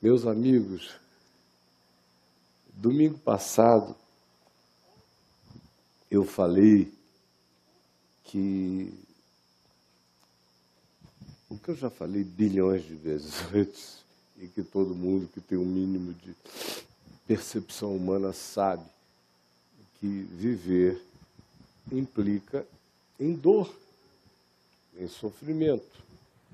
Meus amigos, domingo passado eu falei que o que eu já falei bilhões de vezes antes, e que todo mundo que tem um mínimo de percepção humana sabe, que viver implica em dor, em sofrimento.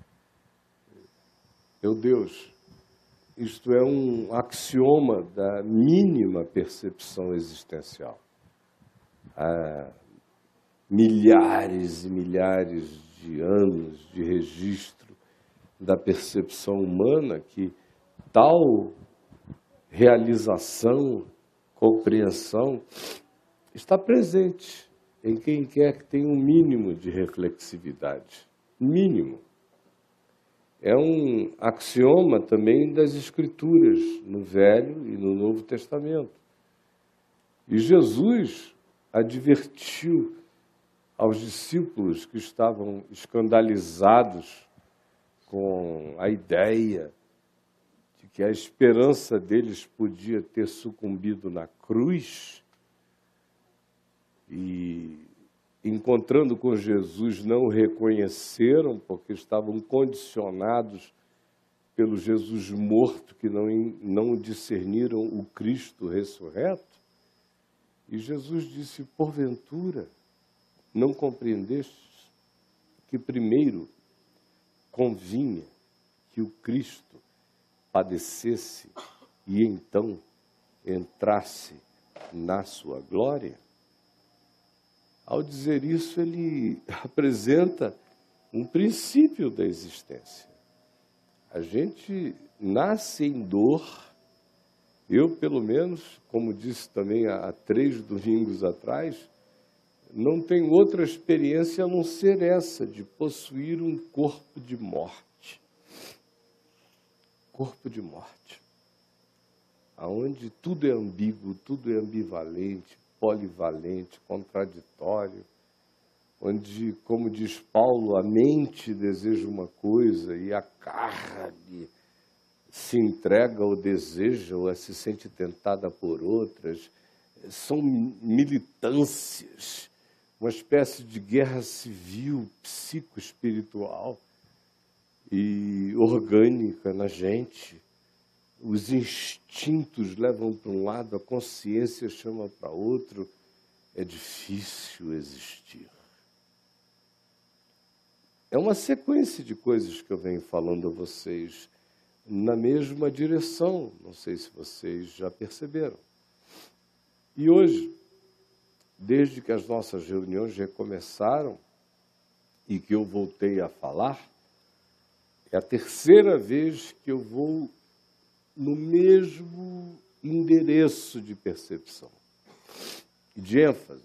Meu Deus, isto é um axioma da mínima percepção existencial. Há milhares e milhares de anos de registro da percepção humana que tal realização, compreensão, está presente em quem quer que tenha um mínimo de reflexividade. Mínimo. É um axioma também das Escrituras, no Velho e no Novo Testamento. E Jesus advertiu aos discípulos que estavam escandalizados com a ideia de que a esperança deles podia ter sucumbido na cruz e, encontrando com Jesus, não o reconheceram porque estavam condicionados pelo Jesus morto, que não discerniram o Cristo ressurreto. E Jesus disse: porventura, não compreendestes que primeiro convinha que o Cristo padecesse e então entrasse na sua glória? Ao dizer isso, ele apresenta um princípio da existência. A gente nasce em dor. Eu, pelo menos, como disse também há 3 domingos atrás, não tenho outra experiência a não ser essa, de possuir um corpo de morte. Corpo de morte. Onde tudo é ambíguo, tudo é ambivalente, polivalente, contraditório, onde, como diz Paulo, a mente deseja uma coisa e a carne se entrega ou deseja ou se sente tentada por outras. São militâncias, uma espécie de guerra civil, psicoespiritual e orgânica na gente. Os instintos levam para um lado, a consciência chama para outro. É difícil existir. É uma sequência de coisas que eu venho falando a vocês na mesma direção. Não sei se vocês já perceberam. E hoje, desde que as nossas reuniões recomeçaram e que eu voltei a falar, é a 3ª vez que eu vou no mesmo endereço de percepção e de ênfase.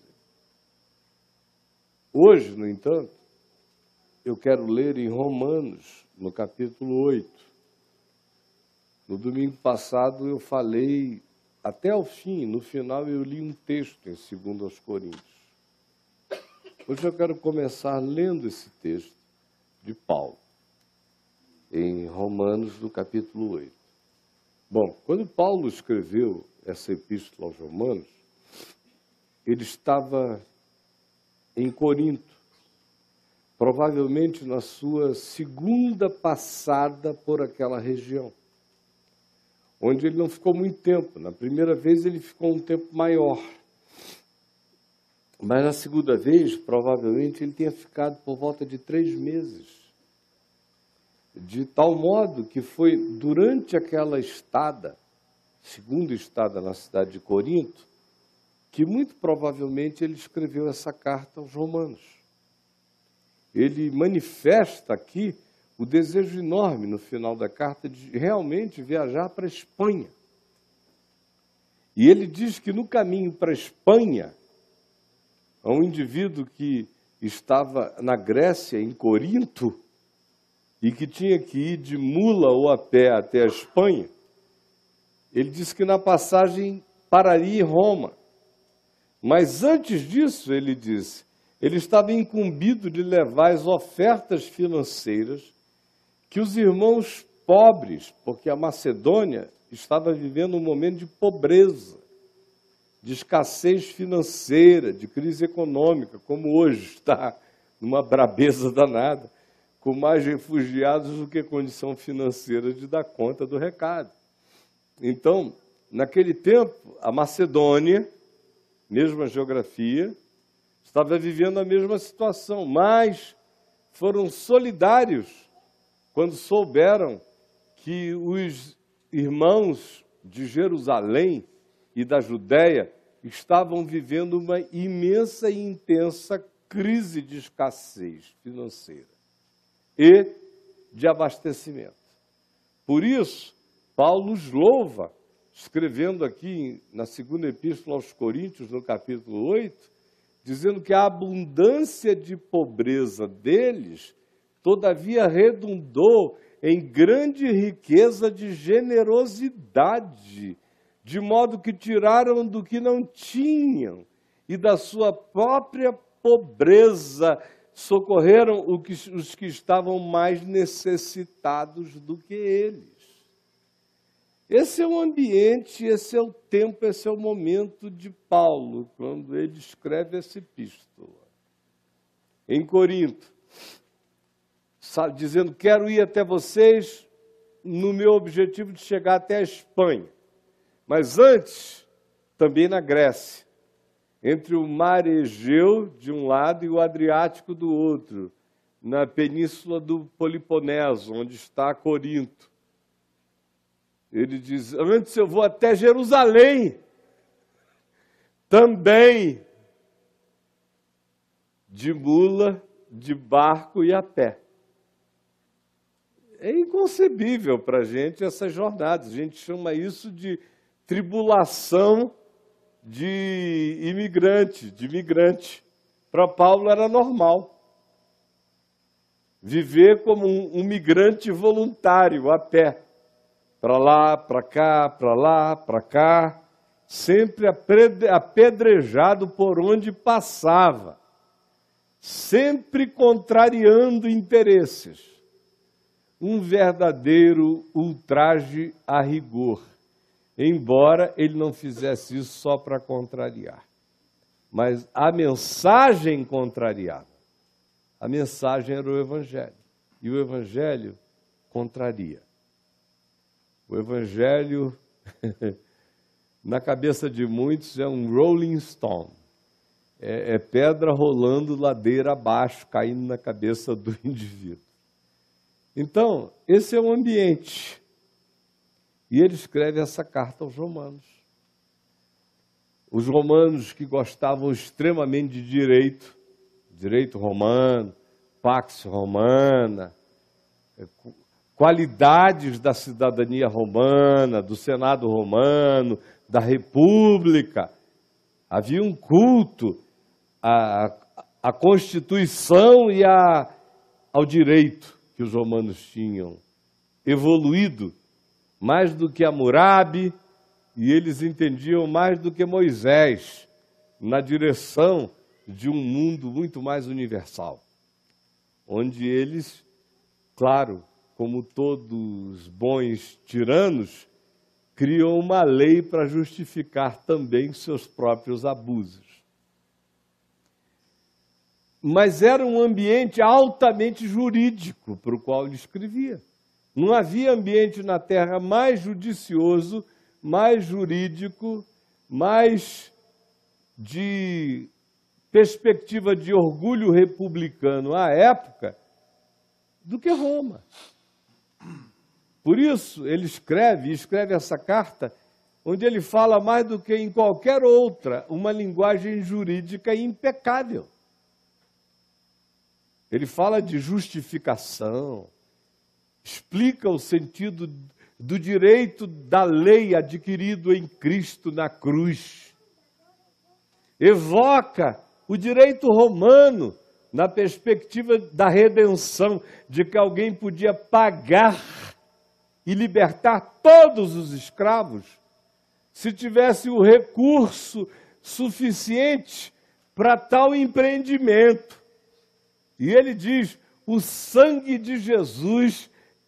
Hoje, no entanto, eu quero ler em Romanos, no capítulo 8. No domingo passado eu falei até o fim, no final eu li um texto em 2 Coríntios. Hoje eu quero começar lendo esse texto de Paulo, em Romanos, no capítulo 8. Bom, quando Paulo escreveu essa epístola aos Romanos, ele estava em Corinto, provavelmente na sua 2ª passada por aquela região, onde ele não ficou muito tempo. Na primeira vez ele ficou um tempo maior, mas na segunda vez, provavelmente, ele tenha ficado por volta de 3 meses. De tal modo que foi durante aquela estada, 2ª estada na cidade de Corinto, que muito provavelmente ele escreveu essa carta aos Romanos. Ele manifesta aqui o desejo enorme no final da carta de realmente viajar para a Espanha. E ele diz que no caminho para a Espanha, há um indivíduo que estava na Grécia, em Corinto, e que tinha que ir de mula ou a pé até a Espanha. Ele disse que na passagem pararia em Roma. Mas antes disso, ele disse, ele estava incumbido de levar as ofertas financeiras que os irmãos pobres, porque a Macedônia estava vivendo um momento de pobreza, de escassez financeira, de crise econômica, como hoje está, numa brabeza danada, com mais refugiados do que condição financeira de dar conta do recado. Então, naquele tempo, a Macedônia, mesma geografia, estava vivendo a mesma situação, mas foram solidários quando souberam que os irmãos de Jerusalém e da Judéia estavam vivendo uma imensa e intensa crise de escassez financeira e de abastecimento. Por isso, Paulo os louva, escrevendo aqui na segunda epístola aos Coríntios, no capítulo 8, dizendo que a abundância de pobreza deles, todavia, redundou em grande riqueza de generosidade, de modo que tiraram do que não tinham e da sua própria pobreza socorreram os que estavam mais necessitados do que eles. Esse é o ambiente, esse é o tempo, esse é o momento de Paulo, quando ele escreve essa epístola. Em Corinto, dizendo, quero ir até vocês no meu objetivo de chegar até a Espanha. Mas antes, também na Grécia, entre o mar Egeu de um lado e o Adriático do outro, na península do Peloponeso, onde está Corinto. Ele diz, antes eu vou até Jerusalém, também de mula, de barco e a pé. É inconcebível para a gente essas jornadas, a gente chama isso de tribulação de imigrante. Para Paulo era normal viver como um migrante voluntário, a pé. Para lá, para cá, para lá, para cá, sempre apedrejado por onde passava, sempre contrariando interesses. Um verdadeiro ultraje a rigor, embora ele não fizesse isso só para contrariar. Mas a mensagem contrariava. A mensagem era o Evangelho, e o Evangelho contraria. O Evangelho, na cabeça de muitos, é um rolling stone. É pedra rolando ladeira abaixo, caindo na cabeça do indivíduo. Então, esse é o ambiente. E ele escreve essa carta aos romanos. Os romanos que gostavam extremamente de direito romano, pax romana, qualidades da cidadania romana, do Senado romano, da República. Havia um culto à Constituição e ao direito que os romanos tinham evoluído mais do que Hammurabi, e eles entendiam mais do que Moisés na direção de um mundo muito mais universal, onde eles, claro, como todos bons tiranos, criam uma lei para justificar também seus próprios abusos. Mas era um ambiente altamente jurídico para o qual ele escrevia. Não havia ambiente na Terra mais judicioso, mais jurídico, mais de perspectiva de orgulho republicano à época do que Roma. Por isso, ele escreve essa carta, onde ele fala mais do que em qualquer outra, uma linguagem jurídica impecável. Ele fala de justificação, explica o sentido do direito da lei adquirido em Cristo na cruz. Evoca o direito romano na perspectiva da redenção, de que alguém podia pagar e libertar todos os escravos se tivesse o recurso suficiente para tal empreendimento. E ele diz, o sangue de Jesus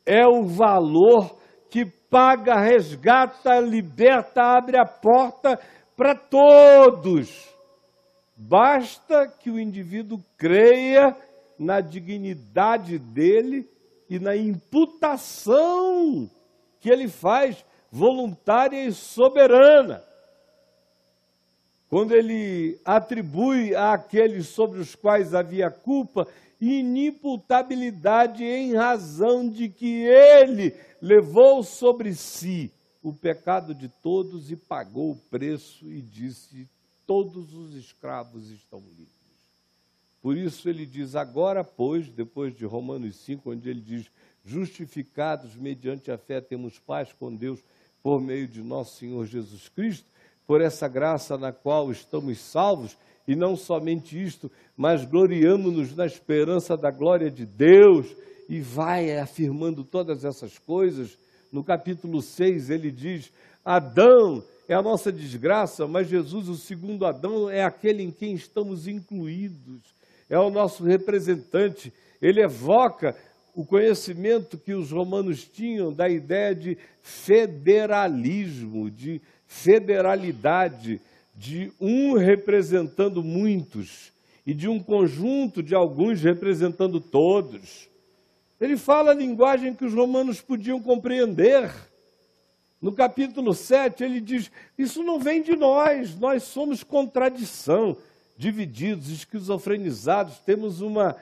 é o valor que paga, resgata, liberta, abre a porta para todos. Basta que o indivíduo creia na dignidade dele e na imputação que ele faz, voluntária e soberana. Quando ele atribui àqueles sobre os quais havia culpa inimputabilidade em razão de que ele levou sobre si o pecado de todos e pagou o preço e disse: todos os escravos estão livres. Por isso ele diz: agora, pois, depois de Romanos 5, onde ele diz: justificados mediante a fé temos paz com Deus por meio de nosso Senhor Jesus Cristo, por essa graça na qual estamos salvos, e não somente isto, mas gloriamo-nos na esperança da glória de Deus, e vai afirmando todas essas coisas. No capítulo 6 ele diz: Adão é a nossa desgraça, mas Jesus, o segundo Adão, é aquele em quem estamos incluídos, é o nosso representante. Ele evoca o conhecimento que os romanos tinham da ideia de federalismo, de federalidade, de um representando muitos e de um conjunto de alguns representando todos. Ele fala a linguagem que os romanos podiam compreender. No capítulo 7 ele diz: isso não vem de nós somos contradição, divididos, esquizofrenizados, temos uma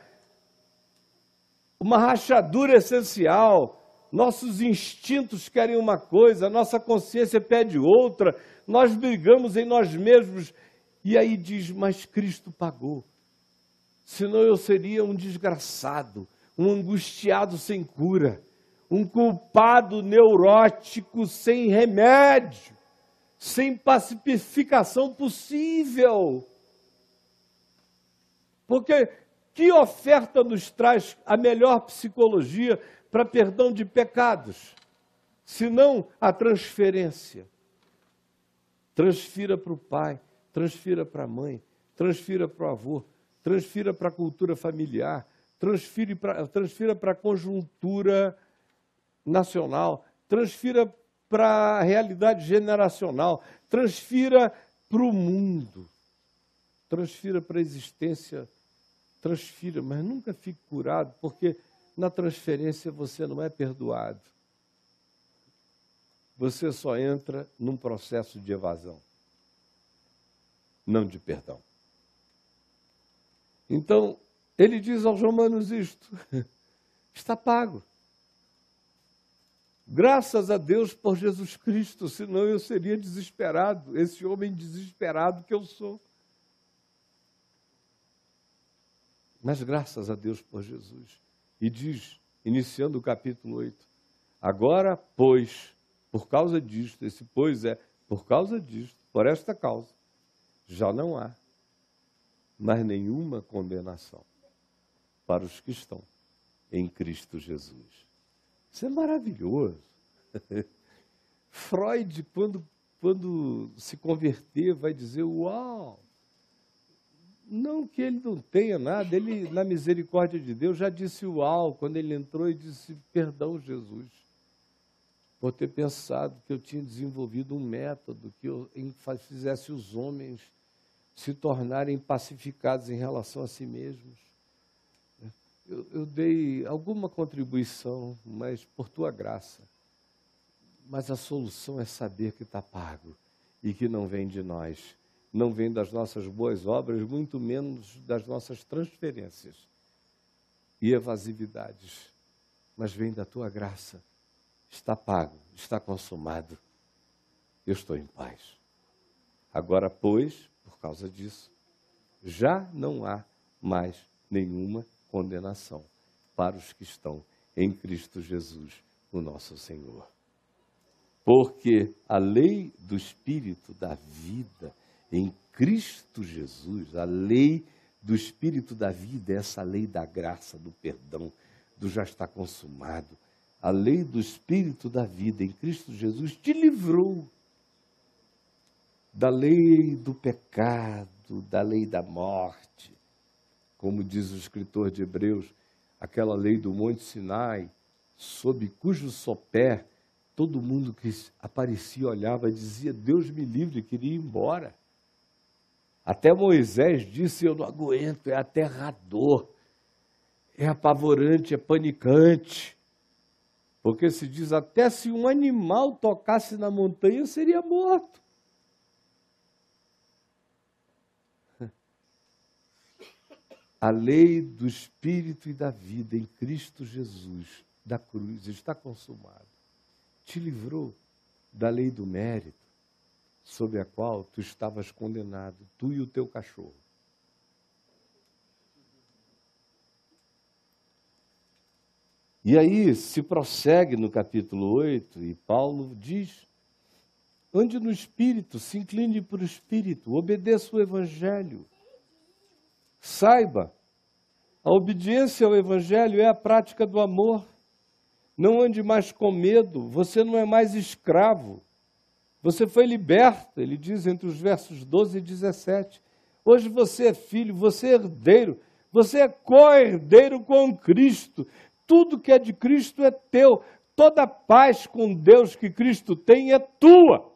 rachadura essencial. Nossos instintos querem uma coisa, a nossa consciência pede outra, nós brigamos em nós mesmos. E aí diz: mas Cristo pagou, senão eu seria um desgraçado, um angustiado sem cura, um culpado neurótico sem remédio, sem pacificação possível. Porque que oferta nos traz a melhor psicologia para perdão de pecados, senão a transferência? Transfira para o pai, transfira para a mãe, transfira para o avô, transfira para a cultura familiar, transfira para a conjuntura nacional, transfira para a realidade generacional, transfira para o mundo, transfira para a existência, transfira, mas nunca fique curado, porque na transferência você não é perdoado. Você só entra num processo de evasão, não de perdão. Então, ele diz aos romanos isto: está pago. Graças a Deus por Jesus Cristo, senão eu seria desesperado, esse homem desesperado que eu sou. Mas graças a Deus por Jesus. E diz, iniciando o capítulo 8, agora, pois, por causa disto, esse pois é por causa disto, por esta causa, já não há mais nenhuma condenação para os que estão em Cristo Jesus. Isso é maravilhoso. Freud, quando se converter, vai dizer: uau! Não que ele não tenha nada, ele, na misericórdia de Deus, já disse uau, quando ele entrou e disse: perdão, Jesus, por ter pensado que eu tinha desenvolvido um método que fizesse os homens se tornarem pacificados em relação a si mesmos. Eu dei alguma contribuição, mas por tua graça. Mas a solução é saber que está pago e que não vem de nós, não vem das nossas boas obras, muito menos das nossas transferências e evasividades, mas vem da tua graça. Está pago, está consumado. Eu estou em paz. Agora, pois, por causa disso, já não há mais nenhuma condenação para os que estão em Cristo Jesus, o nosso Senhor. Porque a lei do Espírito da vida em Cristo Jesus, a lei do Espírito da vida, essa lei da graça, do perdão, do já está consumado, a lei do Espírito da vida em Cristo Jesus te livrou da lei do pecado, da lei da morte. Como diz o escritor de Hebreus, aquela lei do Monte Sinai, sob cujo sopé todo mundo que aparecia olhava e dizia, Deus me livre, queria ir embora. Até Moisés disse, eu não aguento, é aterrador, é apavorante, é panicante. Porque se diz, até se um animal tocasse na montanha, seria morto. A lei do Espírito e da vida em Cristo Jesus, da cruz, está consumada. Te livrou da lei do mérito, sob a qual tu estavas condenado, tu e o teu cachorro. E aí se prossegue no capítulo 8, e Paulo diz, ande no Espírito, se incline para o Espírito, obedeça o Evangelho. Saiba, a obediência ao Evangelho é a prática do amor. Não ande mais com medo, você não é mais escravo. Você foi liberto, ele diz entre os versos 12 e 17. Hoje você é filho, você é herdeiro, você é co-herdeiro com Cristo. Tudo que é de Cristo é teu. Toda paz com Deus que Cristo tem é tua.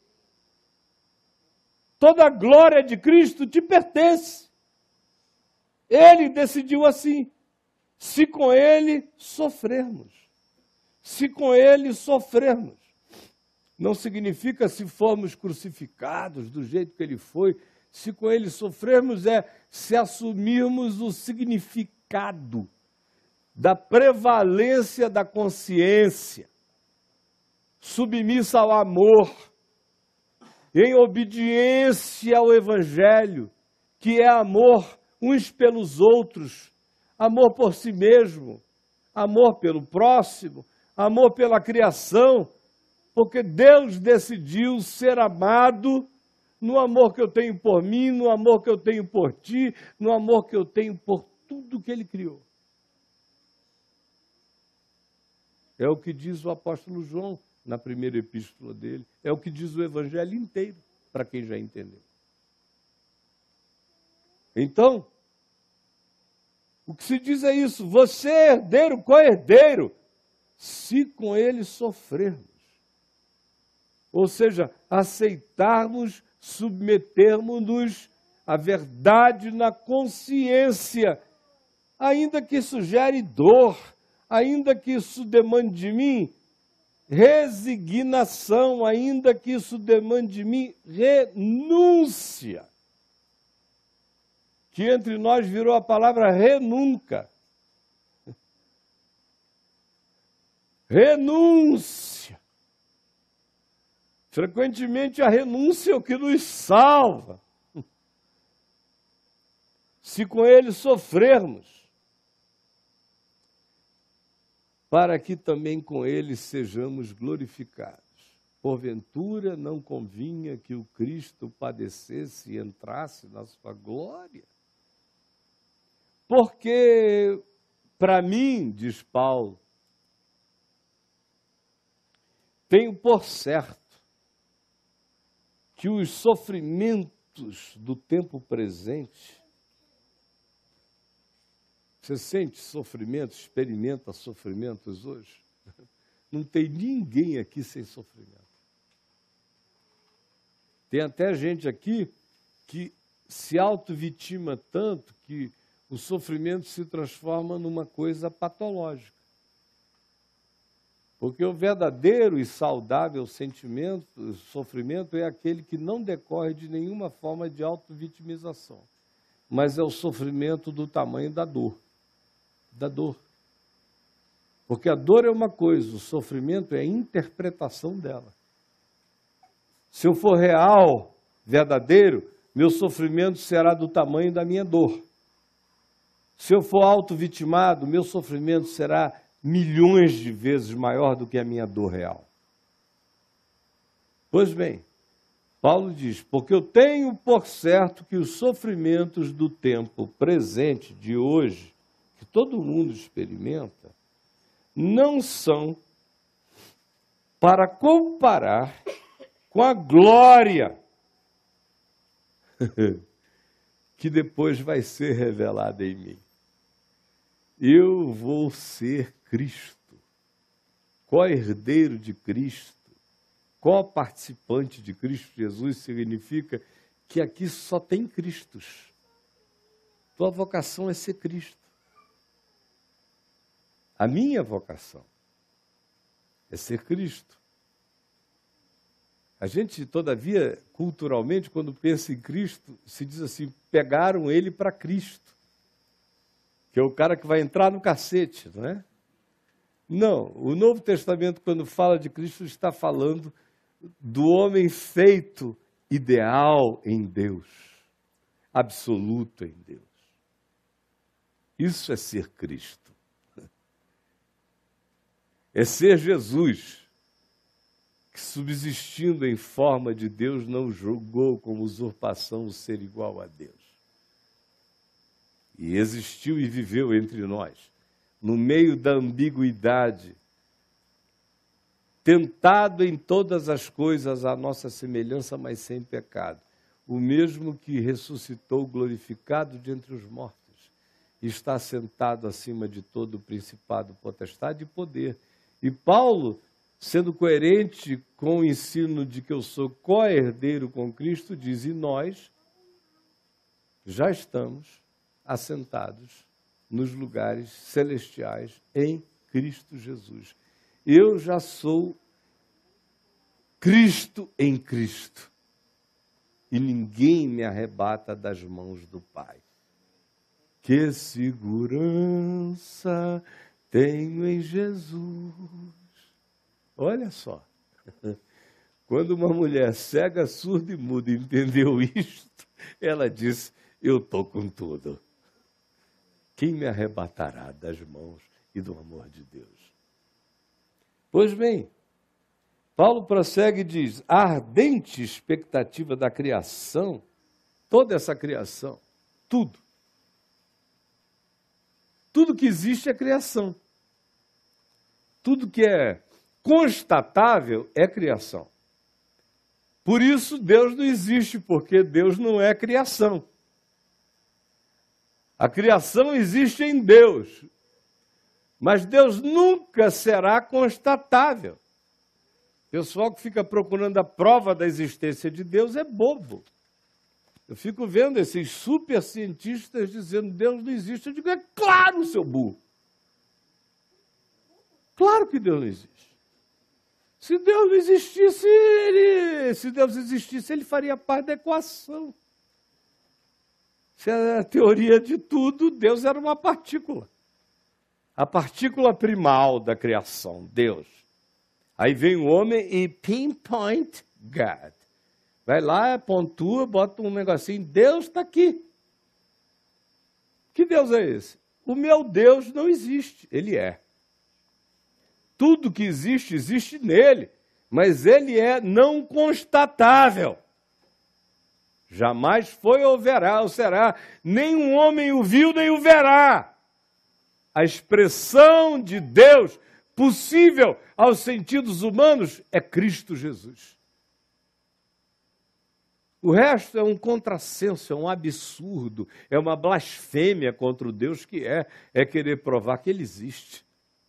Toda a glória de Cristo te pertence. Ele decidiu assim, se com Ele sofrermos. Se com Ele sofrermos. Não significa se formos crucificados do jeito que Ele foi. Se com Ele sofrermos é se assumirmos o significado da prevalência da consciência, submissa ao amor, em obediência ao Evangelho, que é amor uns pelos outros, amor por si mesmo, amor pelo próximo, amor pela criação, porque Deus decidiu ser amado no amor que eu tenho por mim, no amor que eu tenho por ti, no amor que eu tenho por tudo que Ele criou. É o que diz o apóstolo João na primeira epístola dele, é o que diz o Evangelho inteiro, para quem já entendeu. Então, o que se diz é isso, você é herdeiro, co-herdeiro, se com Ele sofrermos. Ou seja, aceitarmos, submetermos-nos à verdade na consciência, ainda que isso gere dor, ainda que isso demande de mim resignação, ainda que isso demande de mim renúncia. Que entre nós virou a palavra renúncia. Renúncia. Frequentemente a renúncia é o que nos salva. Se com Ele sofrermos, para que também com Ele sejamos glorificados. Porventura não convinha que o Cristo padecesse e entrasse na sua glória? Porque, para mim, diz Paulo, tenho por certo que os sofrimentos do tempo presente. Você sente sofrimento, experimenta sofrimentos hoje? Não tem ninguém aqui sem sofrimento. Tem até gente aqui que se auto-vitima tanto que o sofrimento se transforma numa coisa patológica. Porque o verdadeiro e saudável sofrimento é aquele que não decorre de nenhuma forma de auto-vitimização, mas é o sofrimento do tamanho da dor. Da dor. Porque a dor é uma coisa, o sofrimento é a interpretação dela. Se eu for real, verdadeiro, meu sofrimento será do tamanho da minha dor. Se eu for auto-vitimado, meu sofrimento será milhões de vezes maior do que a minha dor real. Pois bem, Paulo diz, porque eu tenho por certo que os sofrimentos do tempo presente, de hoje, que todo mundo experimenta, não são para comparar com a glória que depois vai ser revelada em mim. Eu vou ser Cristo. co-herdeiro de Cristo, co-participante de Cristo Jesus, significa que aqui só tem Cristos. Tua vocação é ser Cristo. A minha vocação é ser Cristo. A gente, todavia, culturalmente, quando pensa em Cristo, se diz assim, pegaram ele para Cristo, que é o cara que vai entrar no cacete, não é? Não, o Novo Testamento, quando fala de Cristo, está falando do homem feito ideal em Deus, absoluto em Deus. Isso é ser Cristo. É ser Jesus, que subsistindo em forma de Deus, não julgou como usurpação o ser igual a Deus. E existiu e viveu entre nós, no meio da ambiguidade, tentado em todas as coisas à nossa semelhança, mas sem pecado. O mesmo que ressuscitou glorificado de entre os mortos, está sentado acima de todo o principado, potestade e poder. E Paulo, sendo coerente com o ensino de que eu sou co-herdeiro com Cristo, diz, e nós já estamos assentados nos lugares celestiais em Cristo Jesus. Eu já sou Cristo em Cristo. E ninguém me arrebata das mãos do Pai. Que segurança tenho em Jesus. Olha só. Quando uma mulher cega, surda e muda entendeu isto, ela disse, eu estou com tudo. Quem me arrebatará das mãos e do amor de Deus? Pois bem, Paulo prossegue e diz, a ardente expectativa da criação, toda essa criação, tudo que existe é criação. Tudo que é constatável é criação. Por isso Deus não existe, porque Deus não é criação. A criação existe em Deus, mas Deus nunca será constatável. O pessoal que fica procurando a prova da existência de Deus é bobo. Eu fico vendo esses super cientistas dizendo Deus não existe. Eu digo, é claro, seu burro. Claro que Deus não existe. Se Deus não existisse, ele faria parte da equação. Se é a teoria de tudo, Deus era uma partícula. A partícula primal da criação, Deus. Aí vem o homem e pinpoint God. Vai lá, pontua, bota um negocinho, Deus está aqui. Que Deus é esse? O meu Deus não existe, ele é. Tudo que existe, existe nele, mas ele é não constatável. Jamais foi ou verá, ou será, nenhum homem o viu, nem o verá. A expressão de Deus possível aos sentidos humanos é Cristo Jesus. O resto é um contrassenso, é um absurdo, é uma blasfêmia contra o Deus que é querer provar que ele existe.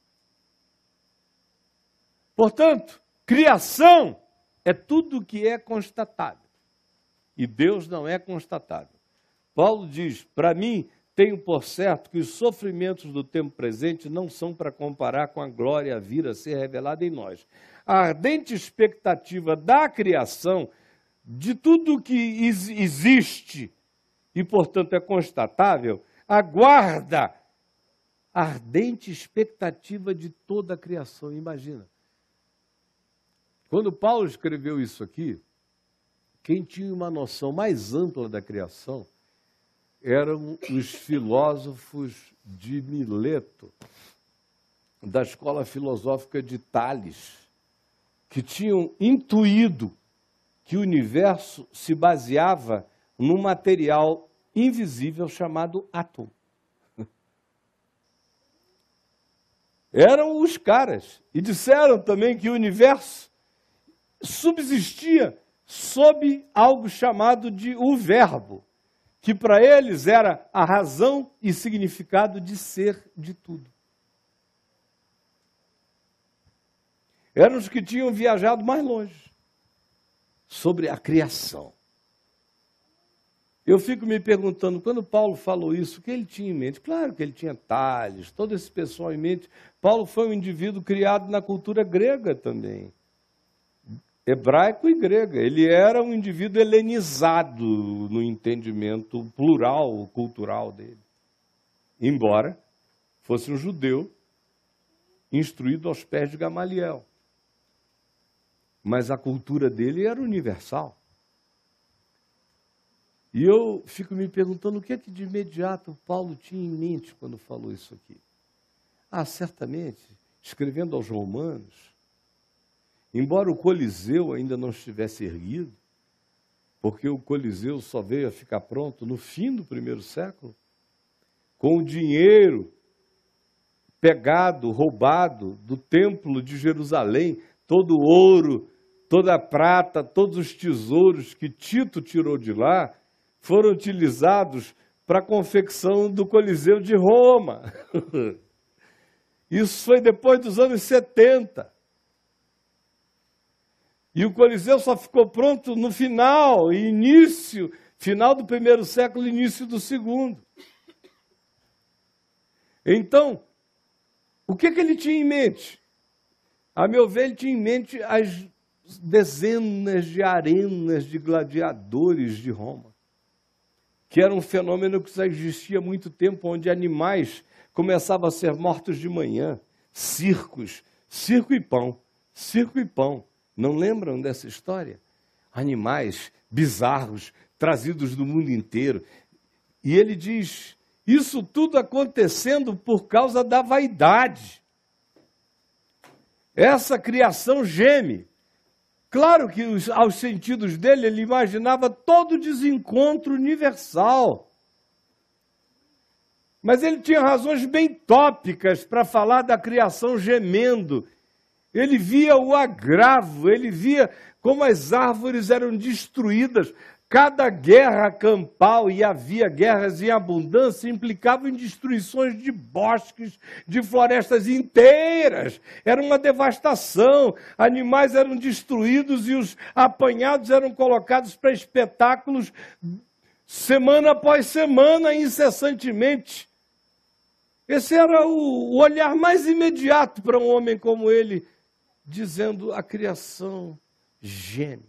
Portanto, criação é tudo que é constatável. E Deus não é constatável. Paulo diz, para mim, tenho por certo que os sofrimentos do tempo presente não são para comparar com a glória a vir a ser revelada em nós. A ardente expectativa da criação, de tudo que existe e, portanto, é constatável, aguarda a ardente expectativa de toda a criação. Imagina. Quando Paulo escreveu isso aqui, quem tinha uma noção mais ampla da criação eram os filósofos de Mileto, da escola filosófica de Tales, que tinham intuído que o universo se baseava num material invisível chamado átomo. Eram os caras. E disseram também que o universo subsistia sob algo chamado de o verbo, que para eles era a razão e significado de ser de tudo. Eram os que tinham viajado mais longe sobre a criação. Eu fico me perguntando, quando Paulo falou isso, o que ele tinha em mente? Claro que ele tinha Tales, todo esse pessoal em mente. Paulo foi um indivíduo criado na cultura grega também. Hebraico e grega. Ele era um indivíduo helenizado no entendimento plural, cultural dele. Embora fosse um judeu instruído aos pés de Gamaliel. Mas a cultura dele era universal. E eu fico me perguntando o que é que de imediato Paulo tinha em mente quando falou isso aqui. Certamente, escrevendo aos Romanos, embora o Coliseu ainda não estivesse erguido, porque o Coliseu só veio a ficar pronto no fim do primeiro século, com o dinheiro pegado, roubado do templo de Jerusalém, todo o ouro, toda a prata, todos os tesouros que Tito tirou de lá, foram utilizados para a confecção do Coliseu de Roma. Isso foi depois dos anos 70. E o Coliseu só ficou pronto no final do primeiro século, início do segundo. Então, o que ele tinha em mente? A meu ver, ele tinha em mente as dezenas de arenas de gladiadores de Roma, que era um fenômeno que já existia há muito tempo, onde animais começavam a ser mortos de manhã, circo e pão. Não lembram dessa história? Animais bizarros, trazidos do mundo inteiro. E ele diz, isso tudo acontecendo por causa da vaidade. Essa criação geme. Claro que aos sentidos dele, ele imaginava todo o desencontro universal. Mas ele tinha razões bem tópicas para falar da criação gemendo. Ele via o agravo, ele via como as árvores eram destruídas. Cada guerra campal, e havia guerras em abundância, implicava em destruições de bosques, de florestas inteiras. Era uma devastação. Animais eram destruídos e os apanhados eram colocados para espetáculos semana após semana, incessantemente. Esse era o olhar mais imediato para um homem como ele, dizendo a criação geme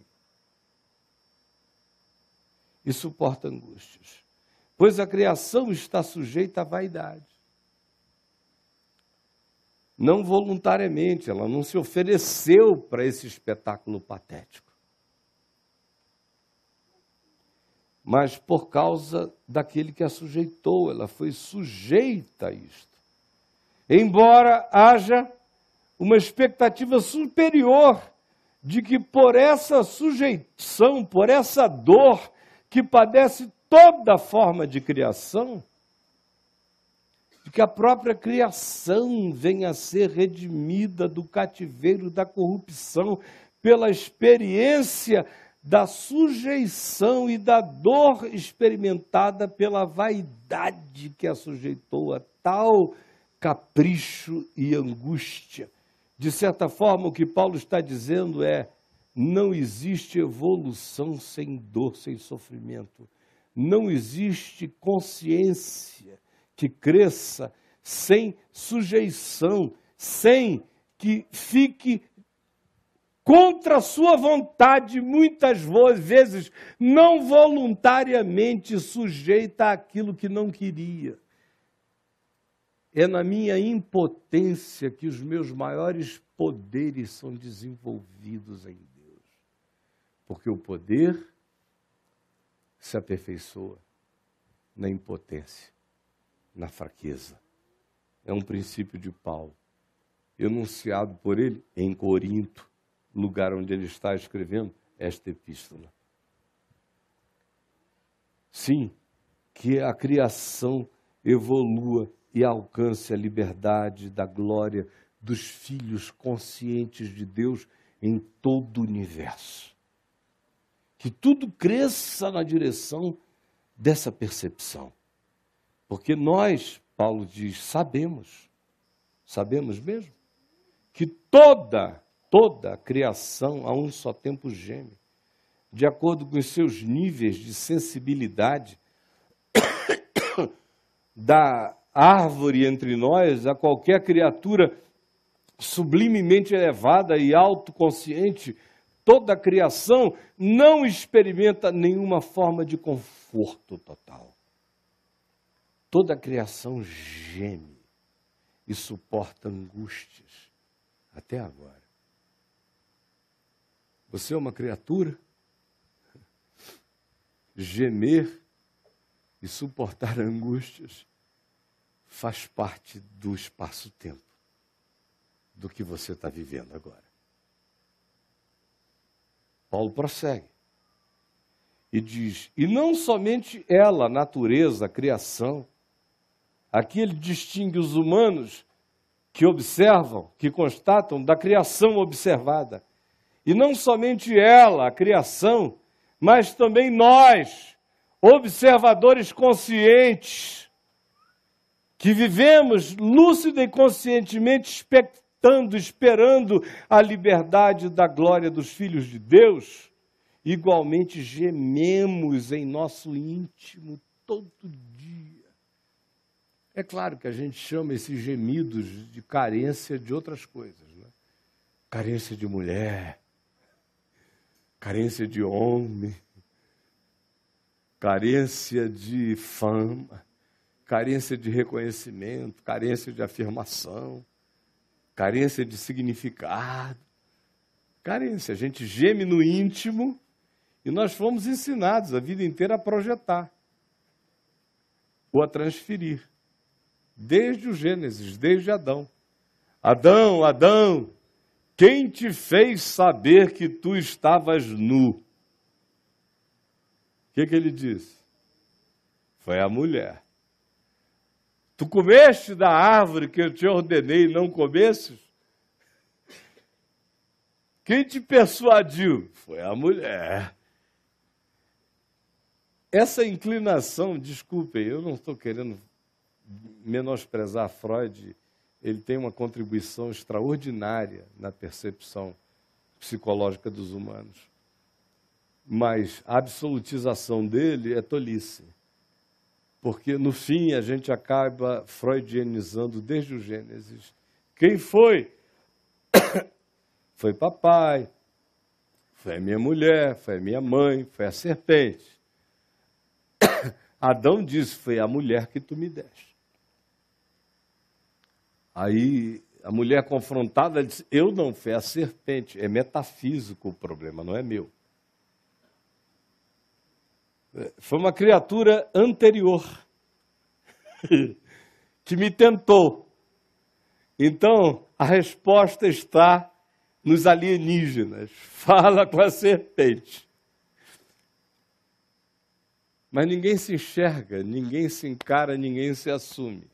e suporta angústias, pois a criação está sujeita à vaidade. Não voluntariamente, ela não se ofereceu para esse espetáculo patético, mas por causa daquele que a sujeitou, ela foi sujeita a isto. Embora haja uma expectativa superior de que por essa sujeição, por essa dor que padece toda forma de criação, de que a própria criação venha a ser redimida do cativeiro da corrupção pela experiência da sujeição e da dor experimentada pela vaidade que a sujeitou a tal capricho e angústia. De certa forma, o que Paulo está dizendo é: não existe evolução sem dor, sem sofrimento. Não existe consciência que cresça sem sujeição, sem que fique contra a sua vontade, muitas vezes não voluntariamente sujeita àquilo que não queria. É na minha impotência que os meus maiores poderes são desenvolvidos em Deus. Porque o poder se aperfeiçoa na impotência, na fraqueza. É um princípio de Paulo, enunciado por ele em Corinto, lugar onde ele está escrevendo esta epístola. Sim, que a criação evolua e alcance a liberdade da glória dos filhos conscientes de Deus em todo o universo. Que tudo cresça na direção dessa percepção. Porque nós, Paulo diz, sabemos mesmo, que toda toda a criação a um só tempo geme, de acordo com os seus níveis de sensibilidade, da árvore entre nós a qualquer criatura sublimemente elevada e autoconsciente, toda a criação não experimenta nenhuma forma de conforto total. Toda a criação geme e suporta angústias até agora. Você é uma criatura? Gemer e suportar angústias faz parte do espaço-tempo do que você está vivendo agora. Paulo prossegue e diz, e não somente ela, a natureza, a criação, aqui ele distingue os humanos que observam, que constatam da criação observada, e não somente ela, a criação, mas também nós, observadores conscientes, que vivemos lúcido e conscientemente esperando a liberdade da glória dos filhos de Deus, igualmente gememos em nosso íntimo todo dia. É claro que a gente chama esses gemidos de carência de outras coisas, né? Carência de mulher, carência de homem, carência de fama, carência de reconhecimento, carência de afirmação, carência de significado, carência. A gente geme no íntimo e nós fomos ensinados a vida inteira a projetar ou a transferir, desde o Gênesis, desde Adão. Adão, Adão, quem te fez saber que tu estavas nu? O que ele disse? Foi a mulher. Tu comeste da árvore que eu te ordenei e não comestes? Quem te persuadiu? Foi a mulher. Essa inclinação, desculpem, eu não estou querendo menosprezar Freud, ele tem uma contribuição extraordinária na percepção psicológica dos humanos. Mas a absolutização dele é tolice. Porque, no fim, a gente acaba freudianizando desde o Gênesis. Quem foi? Foi papai, foi a minha mulher, foi a minha mãe, foi a serpente. Adão disse, foi a mulher que tu me deste. Aí, a mulher confrontada disse, eu não, foi a serpente. É metafísico o problema, não é meu. Foi uma criatura anterior que me tentou. Então, a resposta está nos alienígenas. Fala com a serpente. Mas ninguém se enxerga, ninguém se encara, ninguém se assume.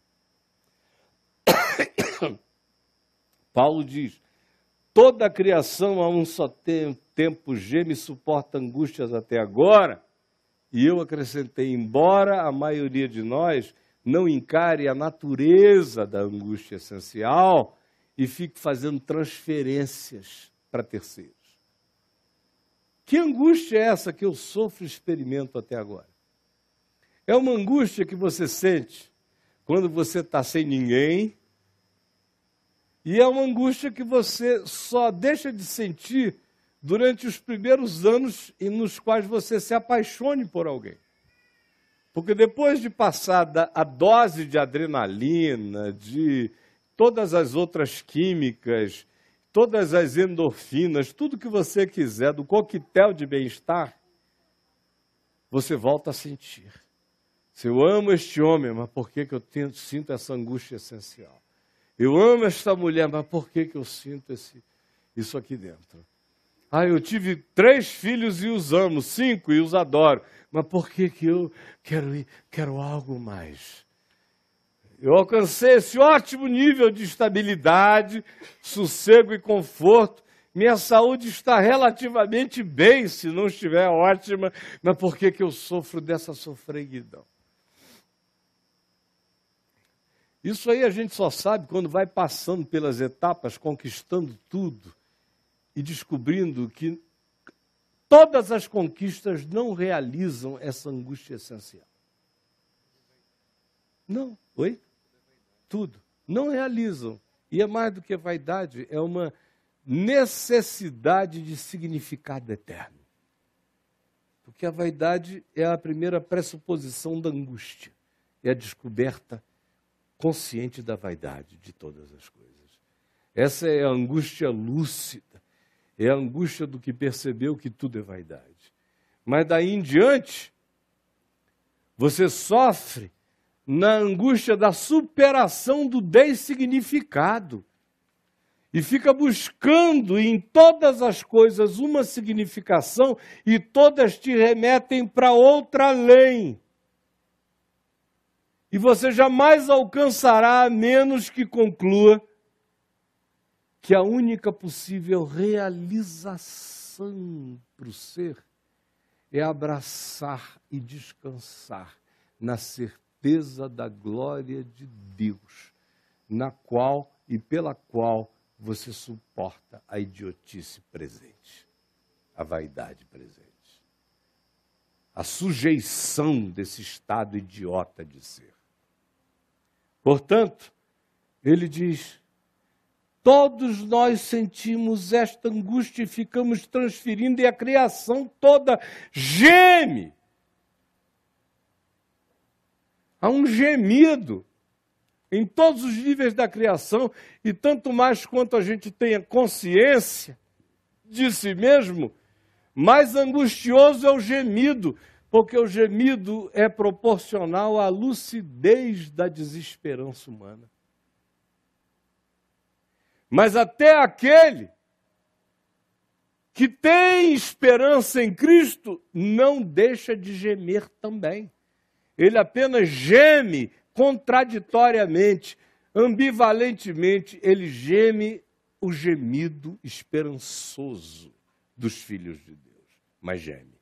Paulo diz, toda a criação a um só tempo geme e suporta angústias até agora. E eu acrescentei, embora a maioria de nós não encare a natureza da angústia essencial e fique fazendo transferências para terceiros. Que angústia é essa que eu sofro e experimento até agora? É uma angústia que você sente quando você está sem ninguém e é uma angústia que você só deixa de sentir durante os primeiros anos nos quais você se apaixone por alguém. Porque depois de passar a dose de adrenalina, de todas as outras químicas, todas as endorfinas, tudo que você quiser, do coquetel de bem-estar, você volta a sentir. Se eu amo este homem, mas por que eu sinto essa angústia essencial? Eu amo esta mulher, mas por que eu sinto isso aqui dentro? Ah, eu tive 3 filhos e os amo, 5 e os adoro. Mas por que eu quero algo mais? Eu alcancei esse ótimo nível de estabilidade, sossego e conforto. Minha saúde está relativamente bem, se não estiver ótima. Mas por que eu sofro dessa sofreguidão? Isso aí a gente só sabe quando vai passando pelas etapas, conquistando tudo. e descobrindo que todas as conquistas não realizam essa angústia essencial. Não. Oi? Tudo. Não realizam. E é mais do que vaidade, é uma necessidade de significado eterno. Porque a vaidade é a primeira pressuposição da angústia. É a descoberta consciente da vaidade de todas as coisas. Essa é a angústia lúcida. É a angústia do que percebeu que tudo é vaidade. Mas daí em diante, você sofre na angústia da superação do dessignificado. E fica buscando em todas as coisas uma significação e todas te remetem para outra além. E você jamais alcançará a menos que conclua que a única possível realização para o ser é abraçar e descansar na certeza da glória de Deus, na qual e pela qual você suporta a idiotice presente, a vaidade presente, a sujeição desse estado idiota de ser. Portanto, ele diz, todos nós sentimos esta angústia e ficamos transferindo, e a criação toda geme. Há um gemido em todos os níveis da criação, e tanto mais quanto a gente tenha consciência de si mesmo, mais angustioso é o gemido, porque o gemido é proporcional à lucidez da desesperança humana. Mas até aquele que tem esperança em Cristo não deixa de gemer também. Ele apenas geme contraditoriamente, ambivalentemente, ele geme o gemido esperançoso dos filhos de Deus, mas geme.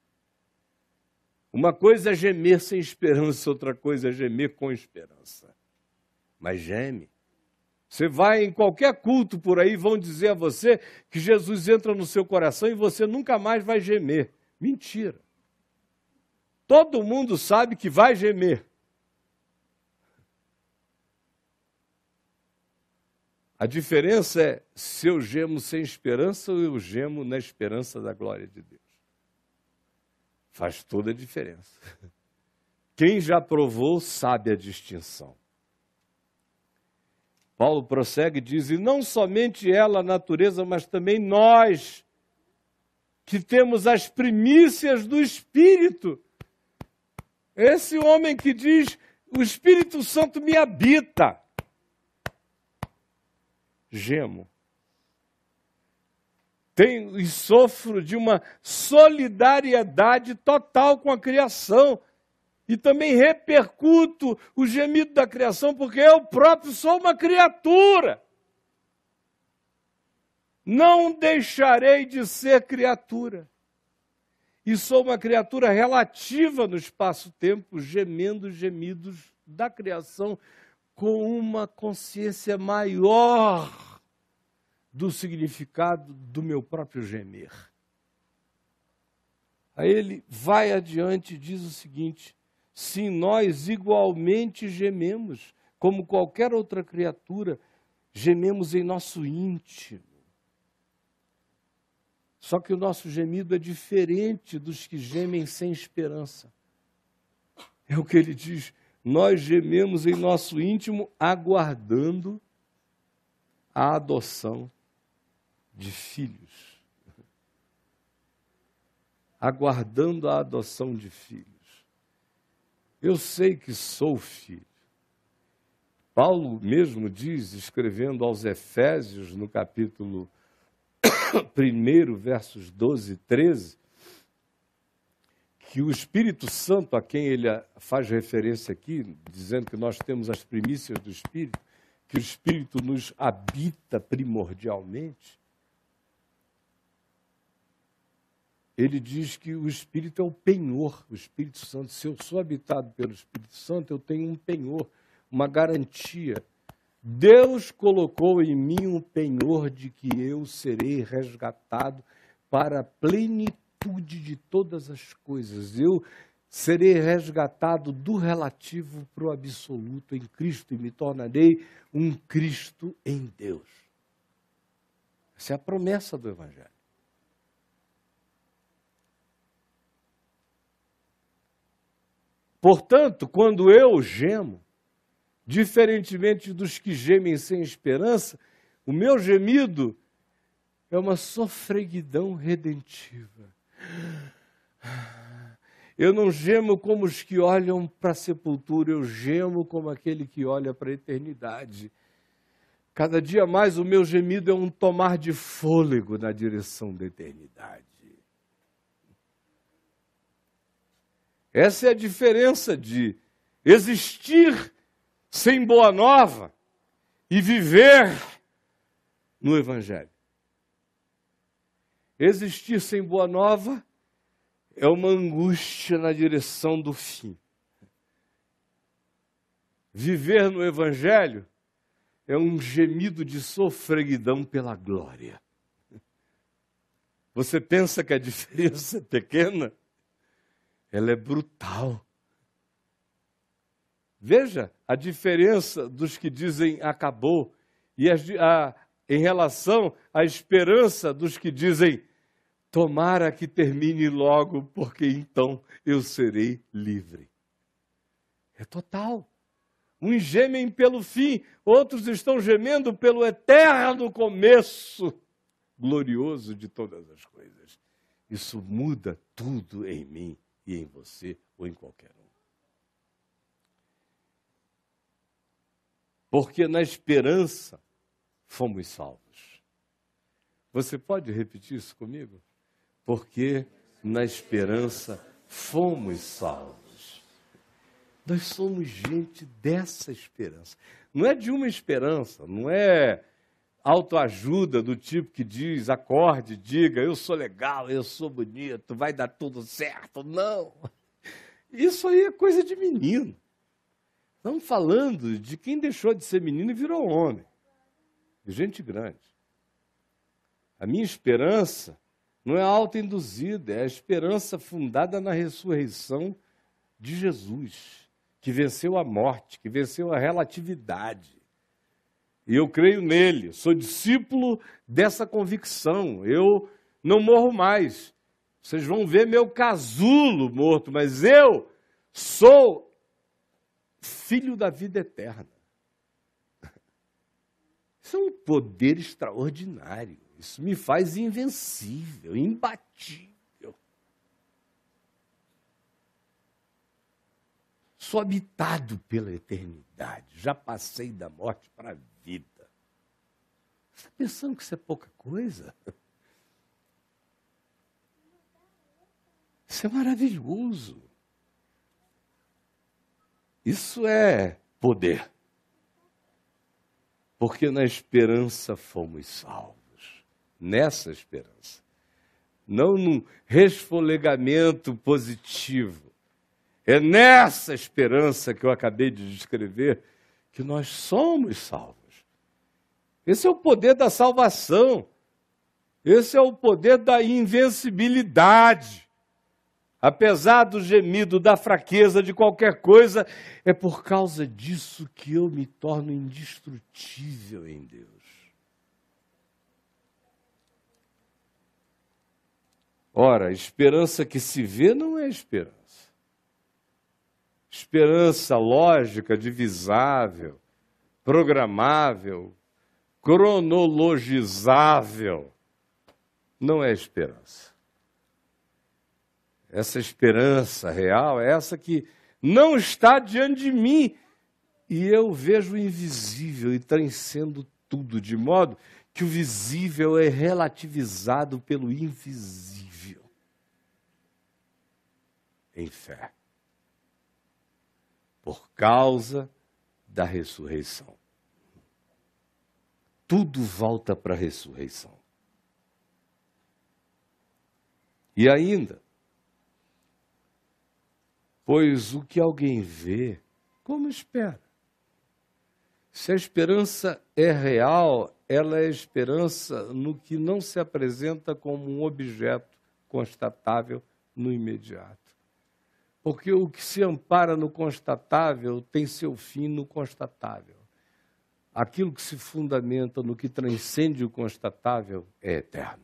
Uma coisa é gemer sem esperança, outra coisa é gemer com esperança, mas geme. Você vai em qualquer culto por aí, vão dizer a você que Jesus entra no seu coração e você nunca mais vai gemer. Mentira. Todo mundo sabe que vai gemer. A diferença é se eu gemo sem esperança ou eu gemo na esperança da glória de Deus. Faz toda a diferença. Quem já provou sabe a distinção. Paulo prossegue e diz, e não somente ela, a natureza, mas também nós, que temos as primícias do Espírito. Esse homem que diz, o Espírito Santo me habita. Gemo. Tenho e sofro de uma solidariedade total com a criação. E também repercuto o gemido da criação, porque eu próprio sou uma criatura. Não deixarei de ser criatura. E sou uma criatura relativa no espaço-tempo, gemendo os gemidos da criação, com uma consciência maior do significado do meu próprio gemer. Aí ele vai adiante e diz o seguinte, sim, nós igualmente gememos, como qualquer outra criatura, gememos em nosso íntimo. Só que o nosso gemido é diferente dos que gemem sem esperança. É o que ele diz, nós gememos em nosso íntimo, aguardando a adoção de filhos. Aguardando a adoção de filhos. Eu sei que sou filho. Paulo mesmo diz, escrevendo aos Efésios, no capítulo 1, versos 12 e 13, que o Espírito Santo, a quem ele faz referência aqui, dizendo que nós temos as primícias do Espírito, que o Espírito nos habita primordialmente, ele diz que o Espírito é o penhor, o Espírito Santo. Se eu sou habitado pelo Espírito Santo, eu tenho um penhor, uma garantia Deus colocou em mim um penhor de que eu serei resgatado para a plenitude de todas as coisas. Eu serei resgatado do relativo para o absoluto em Cristo e me tornarei um Cristo em Deus. Essa é a promessa do Evangelho. Portanto, quando eu gemo, diferentemente dos que gemem sem esperança, o meu gemido é uma sofreguidão redentiva. Eu não gemo como os que olham para a sepultura, eu gemo como aquele que olha para a eternidade. Cada dia mais o meu gemido é um tomar de fôlego na direção da eternidade. Essa é a diferença de existir sem boa nova e viver no Evangelho. Existir sem boa nova é uma angústia na direção do fim. Viver no Evangelho é um gemido de sofreguidão pela glória. Você pensa que a diferença é pequena? Ela é brutal. Veja a diferença dos que dizem acabou e em relação à esperança dos que dizem tomara que termine logo, porque então eu serei livre. É total. Uns gemem pelo fim, outros estão gemendo pelo eterno começo glorioso de todas as coisas. Isso muda tudo em mim e em você ou em qualquer um. Porque na esperança fomos salvos. Você pode repetir isso comigo? Porque na esperança fomos salvos. Nós somos gente dessa esperança. Não é de uma esperança, não é autoajuda do tipo que diz, acorde, diga, eu sou legal, eu sou bonito, vai dar tudo certo. Não. Isso aí é coisa de menino. Estamos falando de quem deixou de ser menino e virou homem. De gente grande. A minha esperança não é autoinduzida, é a esperança fundada na ressurreição de Jesus, que venceu a morte, que venceu a relatividade. E eu creio nele, sou discípulo dessa convicção. Eu não morro mais. Vocês vão ver meu casulo morto, mas eu sou filho da vida eterna. Isso é um poder extraordinário. Isso me faz invencível, imbatível. Sou habitado pela eternidade. Já passei da morte para a vida. Você está pensando que isso é pouca coisa? Isso é maravilhoso. Isso é poder. Porque na esperança fomos salvos. Nessa esperança. Não num resfolegamento positivo. É nessa esperança que eu acabei de descrever que nós somos salvos. Esse é o poder da salvação. Esse é o poder da invencibilidade. Apesar do gemido, da fraqueza, de qualquer coisa, é por causa disso que eu me torno indestrutível em Deus. Ora, esperança que se vê não é esperança. Esperança lógica, divisável, programável, cronologizável, não é esperança. Essa esperança real é essa que não está diante de mim e eu vejo o invisível e transcendo tudo, de modo que o visível é relativizado pelo invisível em fé, por causa da ressurreição. Tudo volta para a ressurreição. E ainda, pois o que alguém vê, como espera? Se a esperança é real, ela é esperança no que não se apresenta como um objeto constatável no imediato. Porque o que se ampara no constatável tem seu fim no constatável. Aquilo que se fundamenta no que transcende o constatável é eterno.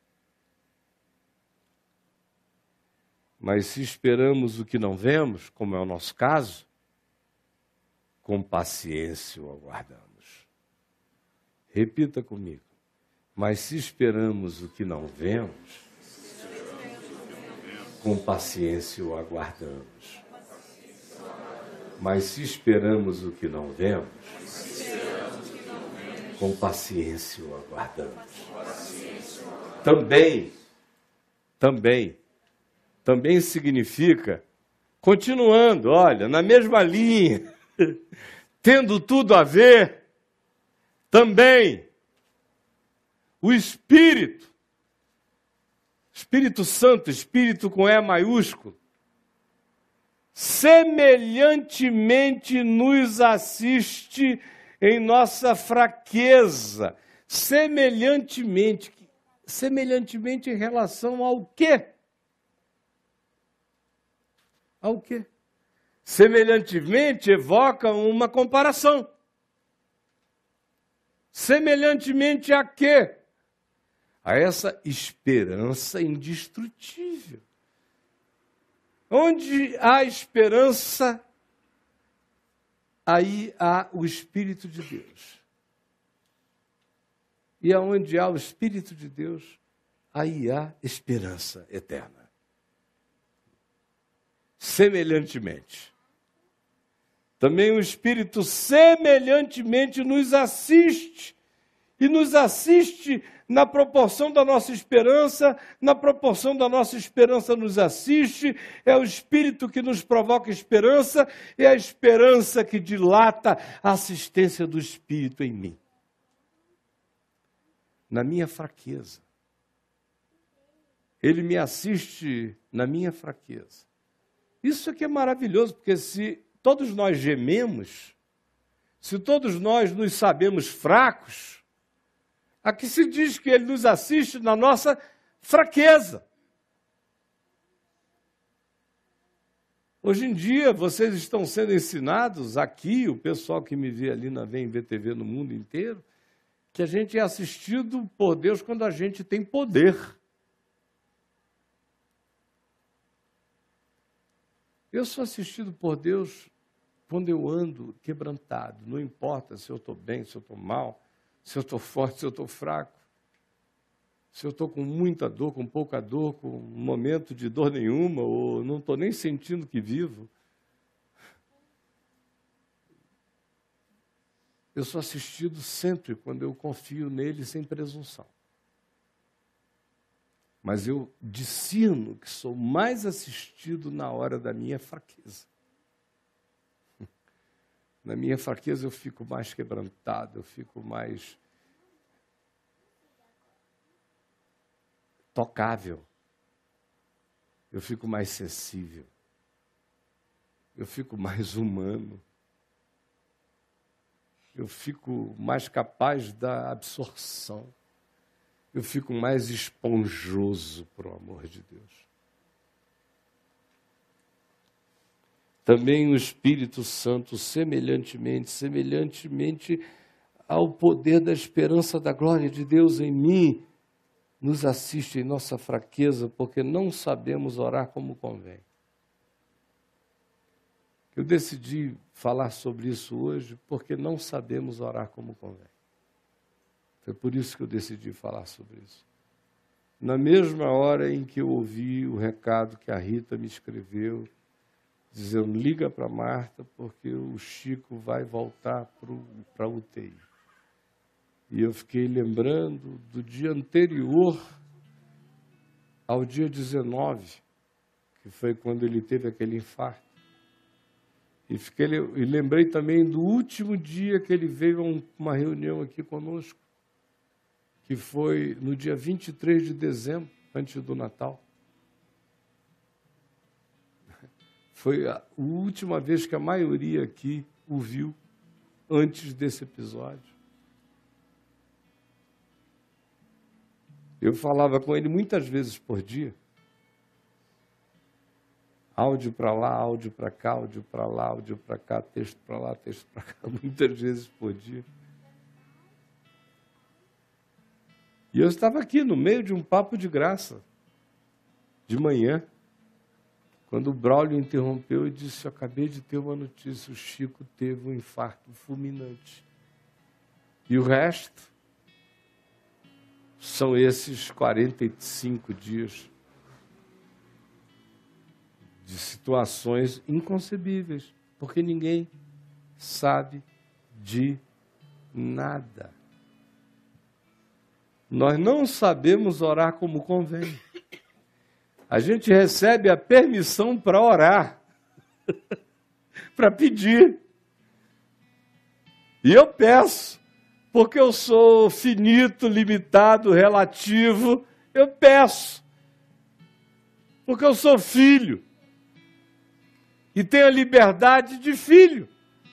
Mas se esperamos o que não vemos, como é o nosso caso, com paciência o aguardamos. Repita comigo. Mas se esperamos o que não vemos, com paciência o aguardamos. Mas se esperamos o que não vemos, com paciência o aguardamos. Também significa, continuando, olha, na mesma linha, tendo tudo a ver, também o Espírito Santo, Espírito com E maiúsculo, semelhantemente nos assiste em nossa fraqueza. Semelhantemente em relação ao quê? Ao quê? Semelhantemente evoca uma comparação. Semelhantemente a quê? A essa esperança indestrutível. Onde há esperança, aí há o Espírito de Deus. E aonde há o Espírito de Deus, aí há esperança eterna. Semelhantemente. Também o Espírito semelhantemente nos assiste. E nos assiste na proporção da nossa esperança, na proporção da nossa esperança nos assiste, é o Espírito que nos provoca esperança, é a esperança que dilata a assistência do Espírito em mim. Na minha fraqueza. Ele me assiste na minha fraqueza. Isso aqui é maravilhoso, porque se todos nós gememos, se todos nós nos sabemos fracos, aqui se diz que ele nos assiste na nossa fraqueza. Hoje em dia, vocês estão sendo ensinados, aqui, o pessoal que me vê ali na VTV no mundo inteiro, que a gente é assistido por Deus quando a gente tem poder. Eu sou assistido por Deus quando eu ando quebrantado. Não importa se eu estou bem, se eu estou mal, se eu estou forte, se eu estou fraco, se eu estou com muita dor, com pouca dor, com um momento de dor nenhuma, ou não estou nem sentindo que vivo. Eu sou assistido sempre quando eu confio nele sem presunção. Mas eu discerno que sou mais assistido na hora da minha fraqueza. Na minha fraqueza eu fico mais quebrantado, eu fico mais tocável, eu fico mais sensível, eu fico mais humano, eu fico mais capaz da absorção, eu fico mais esponjoso para o amor de Deus. Também o Espírito Santo, semelhantemente ao poder da esperança da glória de Deus em mim, nos assiste em nossa fraqueza, porque não sabemos orar como convém. Eu decidi falar sobre isso hoje, porque não sabemos orar como convém. Foi por isso que eu decidi falar sobre isso. Na mesma hora em que eu ouvi o recado que a Rita me escreveu, dizendo, liga para Marta, porque o Chico vai voltar para a UTI. E eu fiquei lembrando do dia anterior ao dia 19, que foi quando ele teve aquele infarto. E lembrei também do último dia que ele veio a uma reunião aqui conosco, que foi no dia 23 de dezembro, antes do Natal. Foi a última vez que a maioria aqui o viu. antes desse episódio. Eu falava com ele muitas vezes por dia. Áudio para lá, áudio para cá, áudio para lá, áudio para cá, texto para lá, texto para cá, muitas vezes por dia. E eu estava aqui no meio de um papo de graça, de manhã, quando o Braulio interrompeu e disse: eu acabei de ter uma notícia, o Chico teve um infarto fulminante. E o resto são esses 45 dias de situações inconcebíveis, porque ninguém sabe de nada. Nós não sabemos orar como convém. A gente recebe a permissão para orar, para pedir. E eu peço, porque eu sou finito, limitado, relativo, eu peço. Porque eu sou filho. E tenho a liberdade de filho.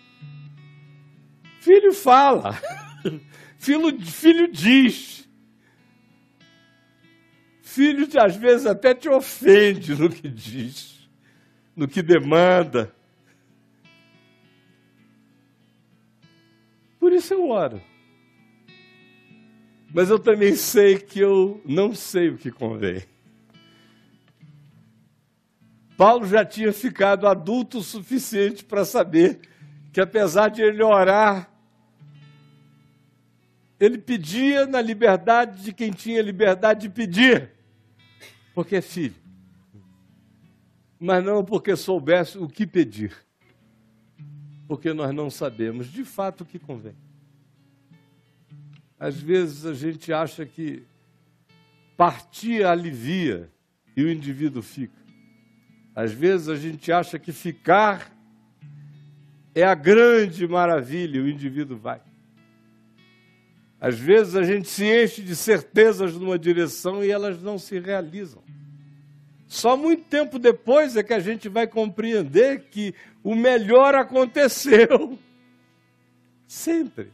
Filho fala. Filho diz. Filho, às vezes, até te ofende no que diz, no que demanda. Por isso eu oro. Mas eu também sei que eu não sei o que convém. Paulo já tinha ficado adulto o suficiente para saber que, apesar de ele orar, ele pedia na liberdade de quem tinha liberdade de pedir, porque é filho. Mas não porque soubesse o que pedir, porque nós não sabemos de fato o que convém. Às vezes a gente acha que partir alivia e o indivíduo fica. Às vezes a gente acha que ficar é a grande maravilha e o indivíduo vai. Às vezes a gente se enche de certezas numa direção e elas não se realizam. Só muito tempo depois é que a gente vai compreender que o melhor aconteceu. Sempre.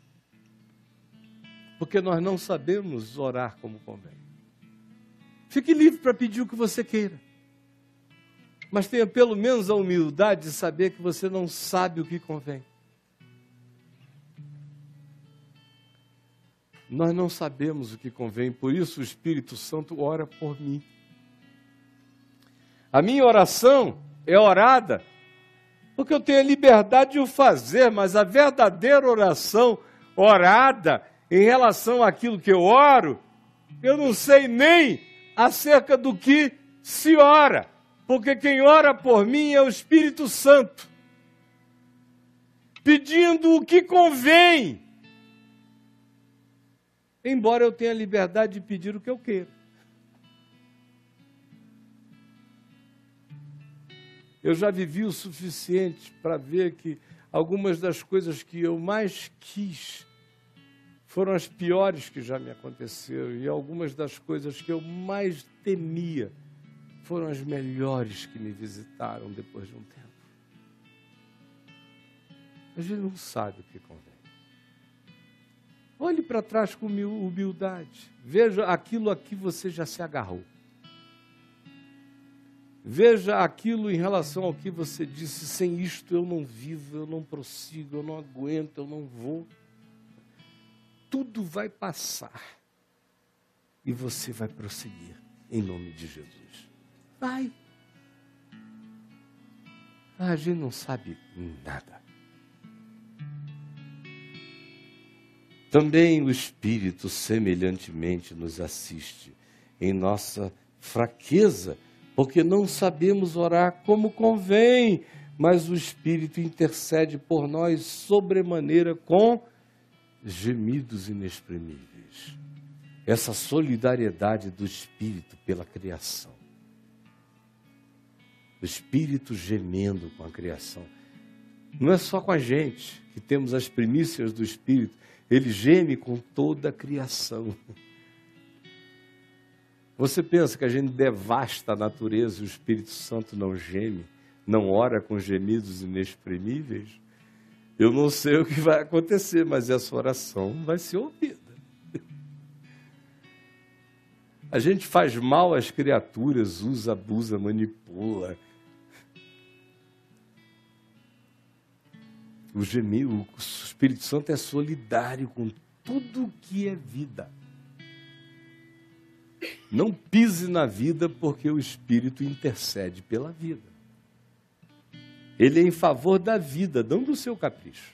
Porque nós não sabemos orar como convém. Fique livre para pedir o que você queira. Mas tenha pelo menos a humildade de saber que você não sabe o que convém. Nós não sabemos o que convém, por isso o Espírito Santo ora por mim. A minha oração é orada porque eu tenho a liberdade de o fazer, mas a verdadeira oração orada em relação àquilo que eu oro, eu não sei nem acerca do que se ora, porque quem ora por mim é o Espírito Santo, pedindo o que convém, embora eu tenha a liberdade de pedir o que eu quero. Eu já vivi o suficiente para ver que algumas das coisas que eu mais quis foram as piores que já me aconteceram, e algumas das coisas que eu mais temia foram as melhores que me visitaram depois de um tempo. A gente não sabe o que convém. Olhe para trás com humildade. Veja aquilo a que você já se agarrou. Veja aquilo em relação ao que você disse: sem isto eu não vivo, eu não prossigo, eu não aguento, eu não vou. Tudo vai passar e você vai prosseguir, em nome de Jesus. Vai. A gente não sabe nada. Também o Espírito semelhantemente nos assiste em nossa fraqueza, porque não sabemos orar como convém, mas o Espírito intercede por nós sobremaneira com gemidos inexprimíveis. Essa solidariedade do Espírito pela criação. O Espírito gemendo com a criação. Não é só com a gente que temos as primícias do Espírito, ele geme com toda a criação. Você pensa que a gente devasta a natureza e o Espírito Santo não geme, não ora com gemidos inexprimíveis? Eu não sei o que vai acontecer, mas essa oração vai ser ouvida. A gente faz mal às criaturas, usa, abusa, manipula. O Espírito Santo é solidário com tudo que é vida. Não pise na vida, porque o Espírito intercede pela vida. Ele é em favor da vida, não do seu capricho.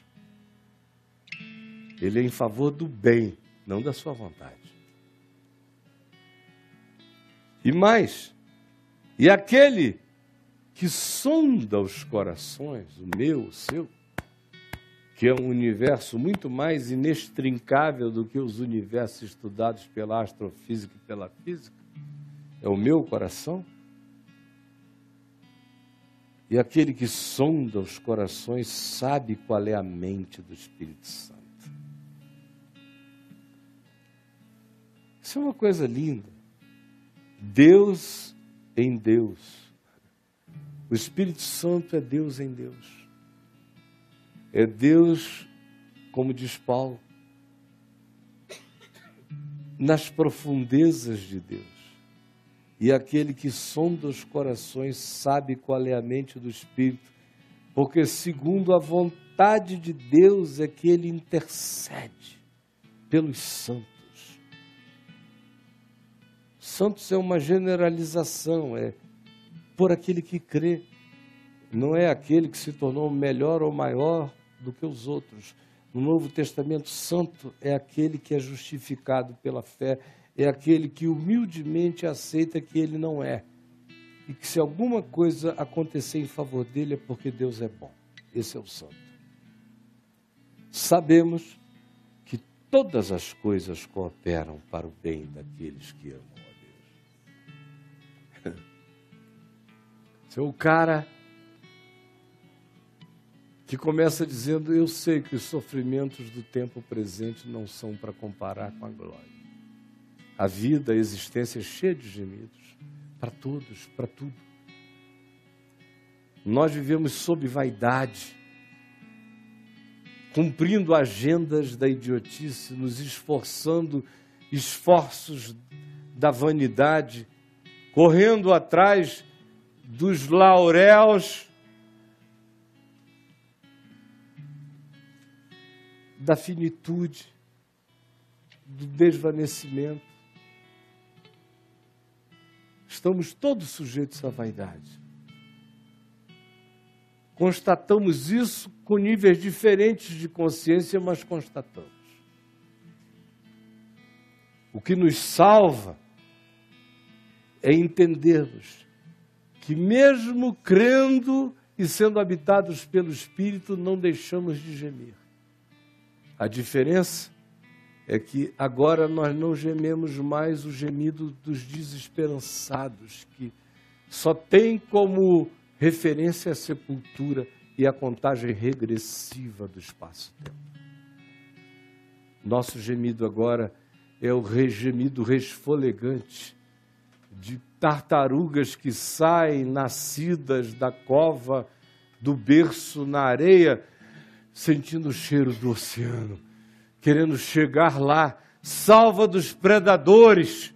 Ele é em favor do bem, não da sua vontade. E mais, e aquele que sonda os corações, o meu, o seu, que é um universo muito mais inextricável do que os universos estudados pela astrofísica e pela física, é o meu coração. E aquele que sonda os corações sabe qual é a mente do Espírito Santo. Isso é uma coisa linda. Deus em Deus. O Espírito Santo é Deus em Deus. É Deus, como diz Paulo, nas profundezas de Deus. E aquele que sonda os corações sabe qual é a mente do Espírito, porque segundo a vontade de Deus é que ele intercede pelos santos. Santos é uma generalização, é por aquele que crê. Não é aquele que se tornou melhor ou maior do que os outros. No Novo Testamento, santo é aquele que é justificado pela fé, é aquele que humildemente aceita que ele não é. E que se alguma coisa acontecer em favor dele é porque Deus é bom. Esse é o santo. Sabemos que todas as coisas cooperam para o bem daqueles que amam a Deus. Esse é o cara que começa dizendo: eu sei que os sofrimentos do tempo presente não são para comparar com a glória. A vida, a existência é cheia de gemidos, para todos, para tudo. Nós vivemos sob vaidade, cumprindo agendas da idiotice, nos esforçando, esforços da vanidade, correndo atrás dos lauréus da finitude, do desvanecimento. Estamos todos sujeitos à vaidade. Constatamos isso com níveis diferentes de consciência, mas constatamos. O que nos salva é entendermos que mesmo crendo e sendo habitados pelo Espírito, não deixamos de gemer. A diferença é que agora nós não gememos mais o gemido dos desesperançados, que só tem como referência a sepultura e a contagem regressiva do espaço-tempo. Nosso gemido agora é o gemido resfolegante de tartarugas que saem nascidas da cova, do berço na areia, sentindo o cheiro do oceano, querendo chegar lá, salva dos predadores,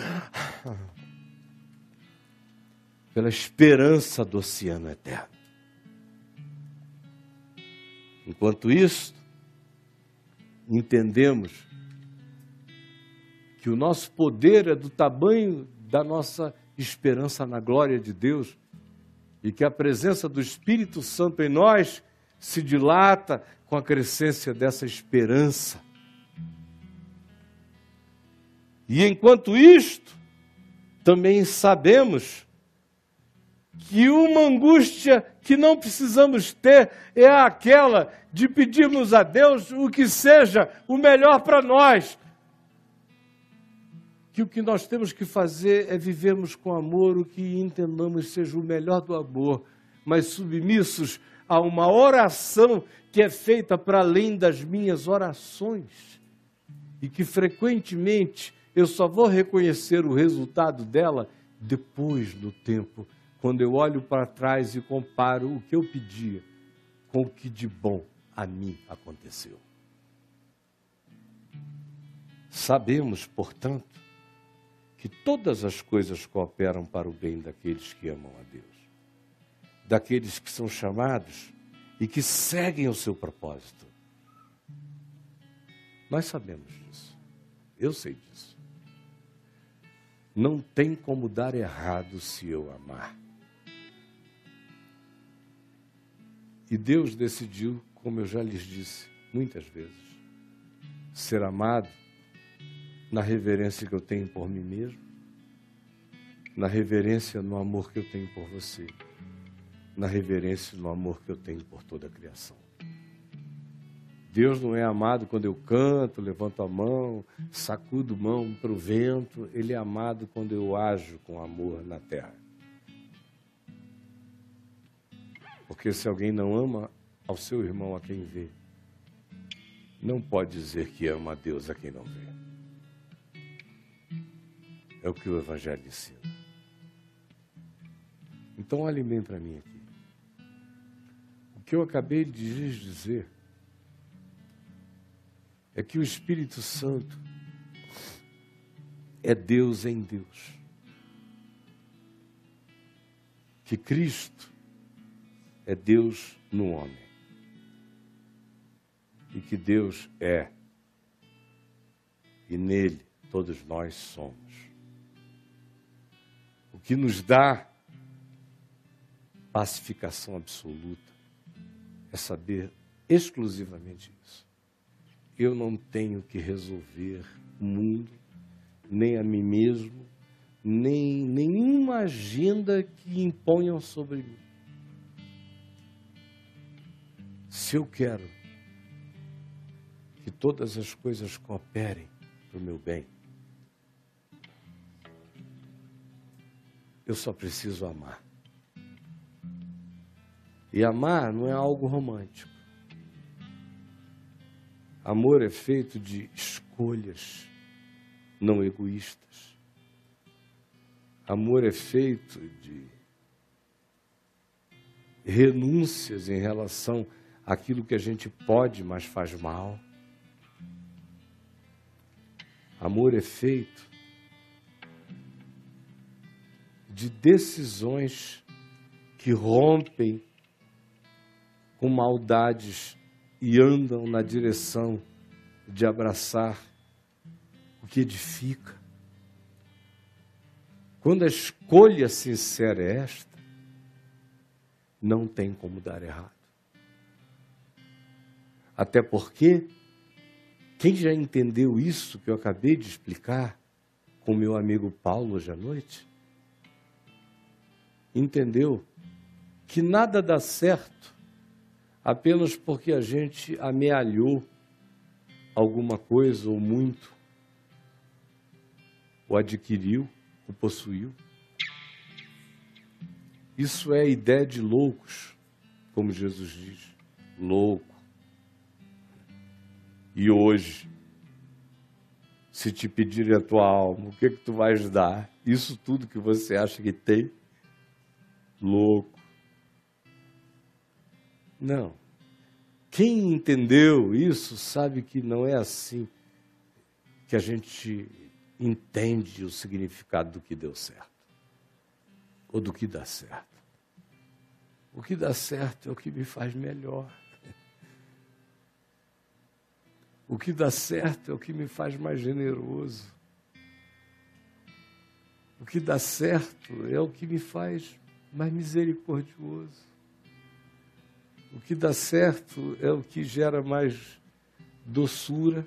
pela esperança do oceano eterno. Enquanto isso, entendemos que o nosso poder é do tamanho da nossa esperança na glória de Deus e que a presença do Espírito Santo em nós se dilata com a crescência dessa esperança. E enquanto isto, também sabemos que uma angústia que não precisamos ter é aquela de pedirmos a Deus o que seja o melhor para nós. Que o que nós temos que fazer é vivermos com amor o que entendamos seja o melhor do amor, mas submissos a uma oração que é feita para além das minhas orações e que frequentemente eu só vou reconhecer o resultado dela depois do tempo, quando eu olho para trás e comparo o que eu pedia com o que de bom a mim aconteceu. Sabemos, portanto, que todas as coisas cooperam para o bem daqueles que amam a Deus, daqueles que são chamados e que seguem o seu propósito. Nós sabemos disso. Eu sei disso. Não tem como dar errado se eu amar. E Deus decidiu, como eu já lhes disse muitas vezes, ser amado na reverência que eu tenho por mim mesmo, na reverência no amor que eu tenho por você, na reverência no amor que eu tenho por toda a criação. Deus não é amado quando eu canto, levanto a mão, sacudo mão para o vento. Ele é amado quando eu ajo com amor na terra. Porque se alguém não ama ao seu irmão a quem vê, não pode dizer que ama a Deus a quem não vê. É o que o Evangelho ensina. Então olhem bem para mim aqui. O que eu acabei de lhes dizer é que o Espírito Santo é Deus em Deus. Que Cristo é Deus no homem. E que Deus é, e nele todos nós somos. O que nos dá pacificação absoluta é saber exclusivamente isso. Eu não tenho que resolver o mundo, nem a mim mesmo, nem nenhuma agenda que imponham sobre mim. Se eu quero que todas as coisas cooperem para o meu bem, eu só preciso amar. E amar não é algo romântico. Amor é feito de escolhas não egoístas. Amor é feito de renúncias em relação àquilo que a gente pode, mas faz mal. Amor é feito de decisões que rompem com maldades e andam na direção de abraçar o que edifica. Quando a escolha sincera é esta, não tem como dar errado. Até porque, quem já entendeu isso que eu acabei de explicar com meu amigo Paulo hoje à noite, entendeu que nada dá certo apenas porque a gente amealhou alguma coisa ou muito, ou adquiriu, ou possuiu. Isso é ideia de loucos, como Jesus diz, louco. E hoje, se te pedirem a tua alma, o que tu vais dar? Isso tudo que você acha que tem? Louco. Não. Quem entendeu isso sabe que não é assim que a gente entende o significado do que deu certo, ou do que dá certo. O que dá certo é o que me faz melhor. O que dá certo é o que me faz mais generoso. O que dá certo é o que me faz mais misericordioso. O que dá certo é o que gera mais doçura,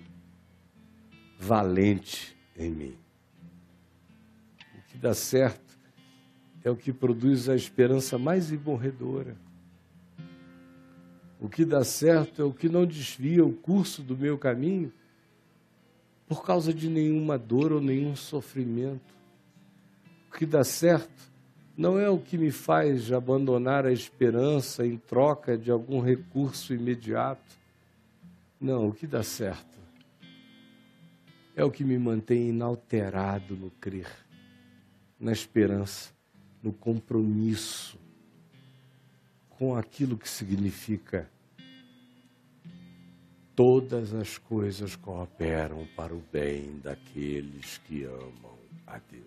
valente em mim. O que dá certo é o que produz a esperança mais emborredora. O que dá certo é o que não desvia o curso do meu caminho por causa de nenhuma dor ou nenhum sofrimento. O que dá certo não é o que me faz abandonar a esperança em troca de algum recurso imediato. Não, o que dá certo é o que me mantém inalterado no crer, na esperança, no compromisso com aquilo que significa todas as coisas cooperam para o bem daqueles que amam a Deus.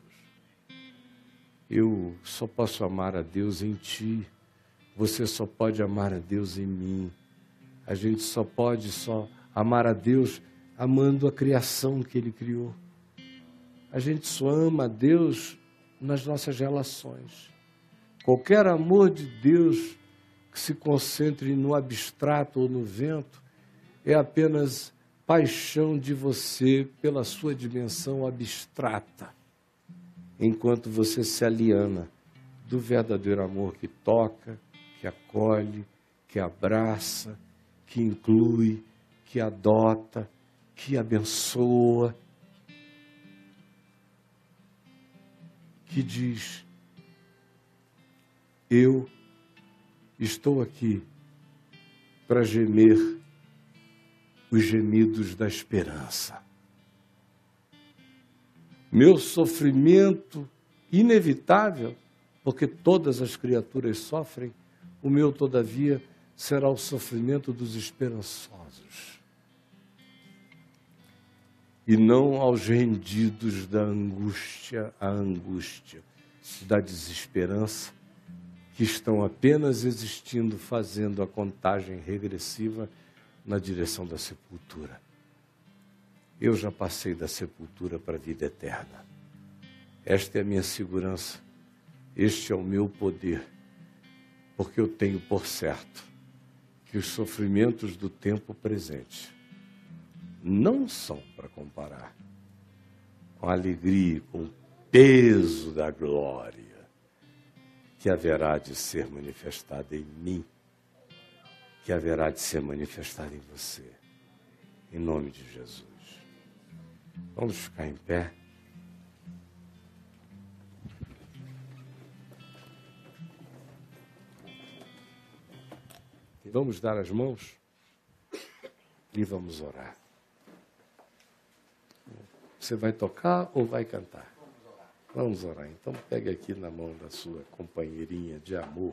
Eu só posso amar a Deus em ti. Você só pode amar a Deus em mim. A gente só pode amar a Deus amando a criação que Ele criou. A gente só ama a Deus nas nossas relações. Qualquer amor de Deus que se concentre no abstrato ou no vento é apenas paixão de você pela sua dimensão abstrata, enquanto você se aliena do verdadeiro amor que toca, que acolhe, que abraça, que inclui, que adota, que abençoa, que diz: eu estou aqui para gemer os gemidos da esperança. Meu sofrimento inevitável, porque todas as criaturas sofrem, o meu, todavia, será o sofrimento dos esperançosos, e não aos rendidos da angústia, à angústia, da desesperança, que estão apenas existindo, fazendo a contagem regressiva na direção da sepultura. Eu já passei da sepultura para a vida eterna. Esta é a minha segurança, este é o meu poder, porque eu tenho por certo que os sofrimentos do tempo presente não são para comparar com a alegria, com o peso da glória que haverá de ser manifestada em mim, que haverá de ser manifestada em você, em nome de Jesus. Vamos ficar em pé. Vamos dar as mãos e vamos orar. Você vai tocar ou vai cantar? Vamos orar. Então pegue aqui na mão da sua companheirinha de amor.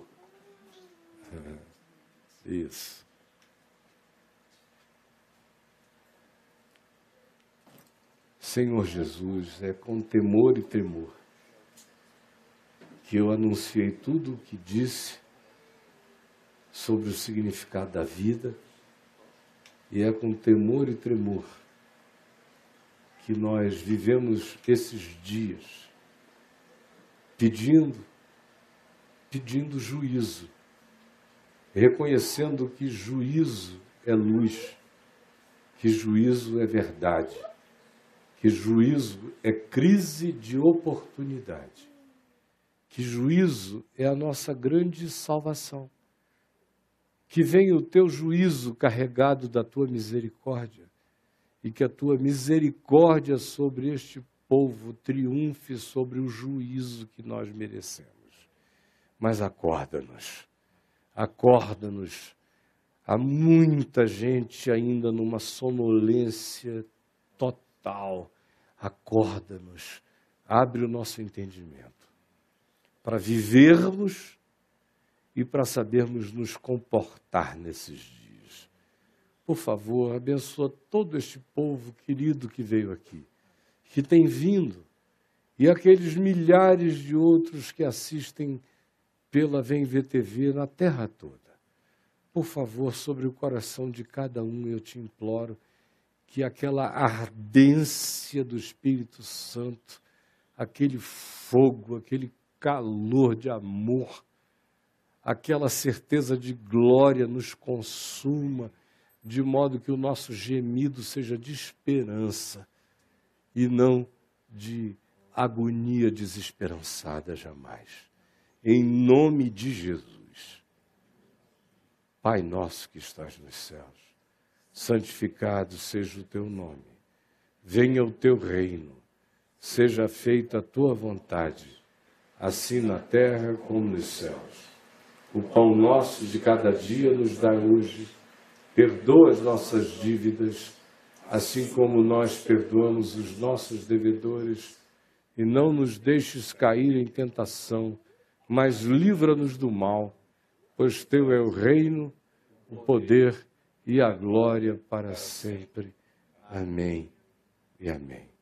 Isso. Senhor Jesus, é com temor e tremor que eu anunciei tudo o que disse sobre o significado da vida, e é com temor e tremor que nós vivemos esses dias pedindo juízo, reconhecendo que juízo é luz, que juízo é verdade, que juízo é crise de oportunidade, que juízo é a nossa grande salvação. Que venha o teu juízo carregado da tua misericórdia, e que a tua misericórdia sobre este povo triunfe sobre o juízo que nós merecemos. Mas acorda-nos, acorda-nos. Há muita gente ainda numa sonolência total. Acorda-nos, abre o nosso entendimento para vivermos e para sabermos nos comportar nesses dias. Por favor, abençoa todo este povo querido que veio aqui, que tem vindo, e aqueles milhares de outros que assistem pela Vem Ver TV na terra toda. Por favor, sobre o coração de cada um, eu te imploro que aquela ardência do Espírito Santo, aquele fogo, aquele calor de amor, aquela certeza de glória nos consuma, de modo que o nosso gemido seja de esperança e não de agonia desesperançada jamais. Em nome de Jesus. Pai nosso que estás nos céus, santificado seja o teu nome. Venha o teu reino, seja feita a tua vontade, assim na terra como nos céus. O pão nosso de cada dia nos dá hoje. Perdoa as nossas dívidas, assim como nós perdoamos os nossos devedores. E não nos deixes cair em tentação, mas livra-nos do mal, pois teu é o reino, o poder e a glória para sempre. Amém e amém.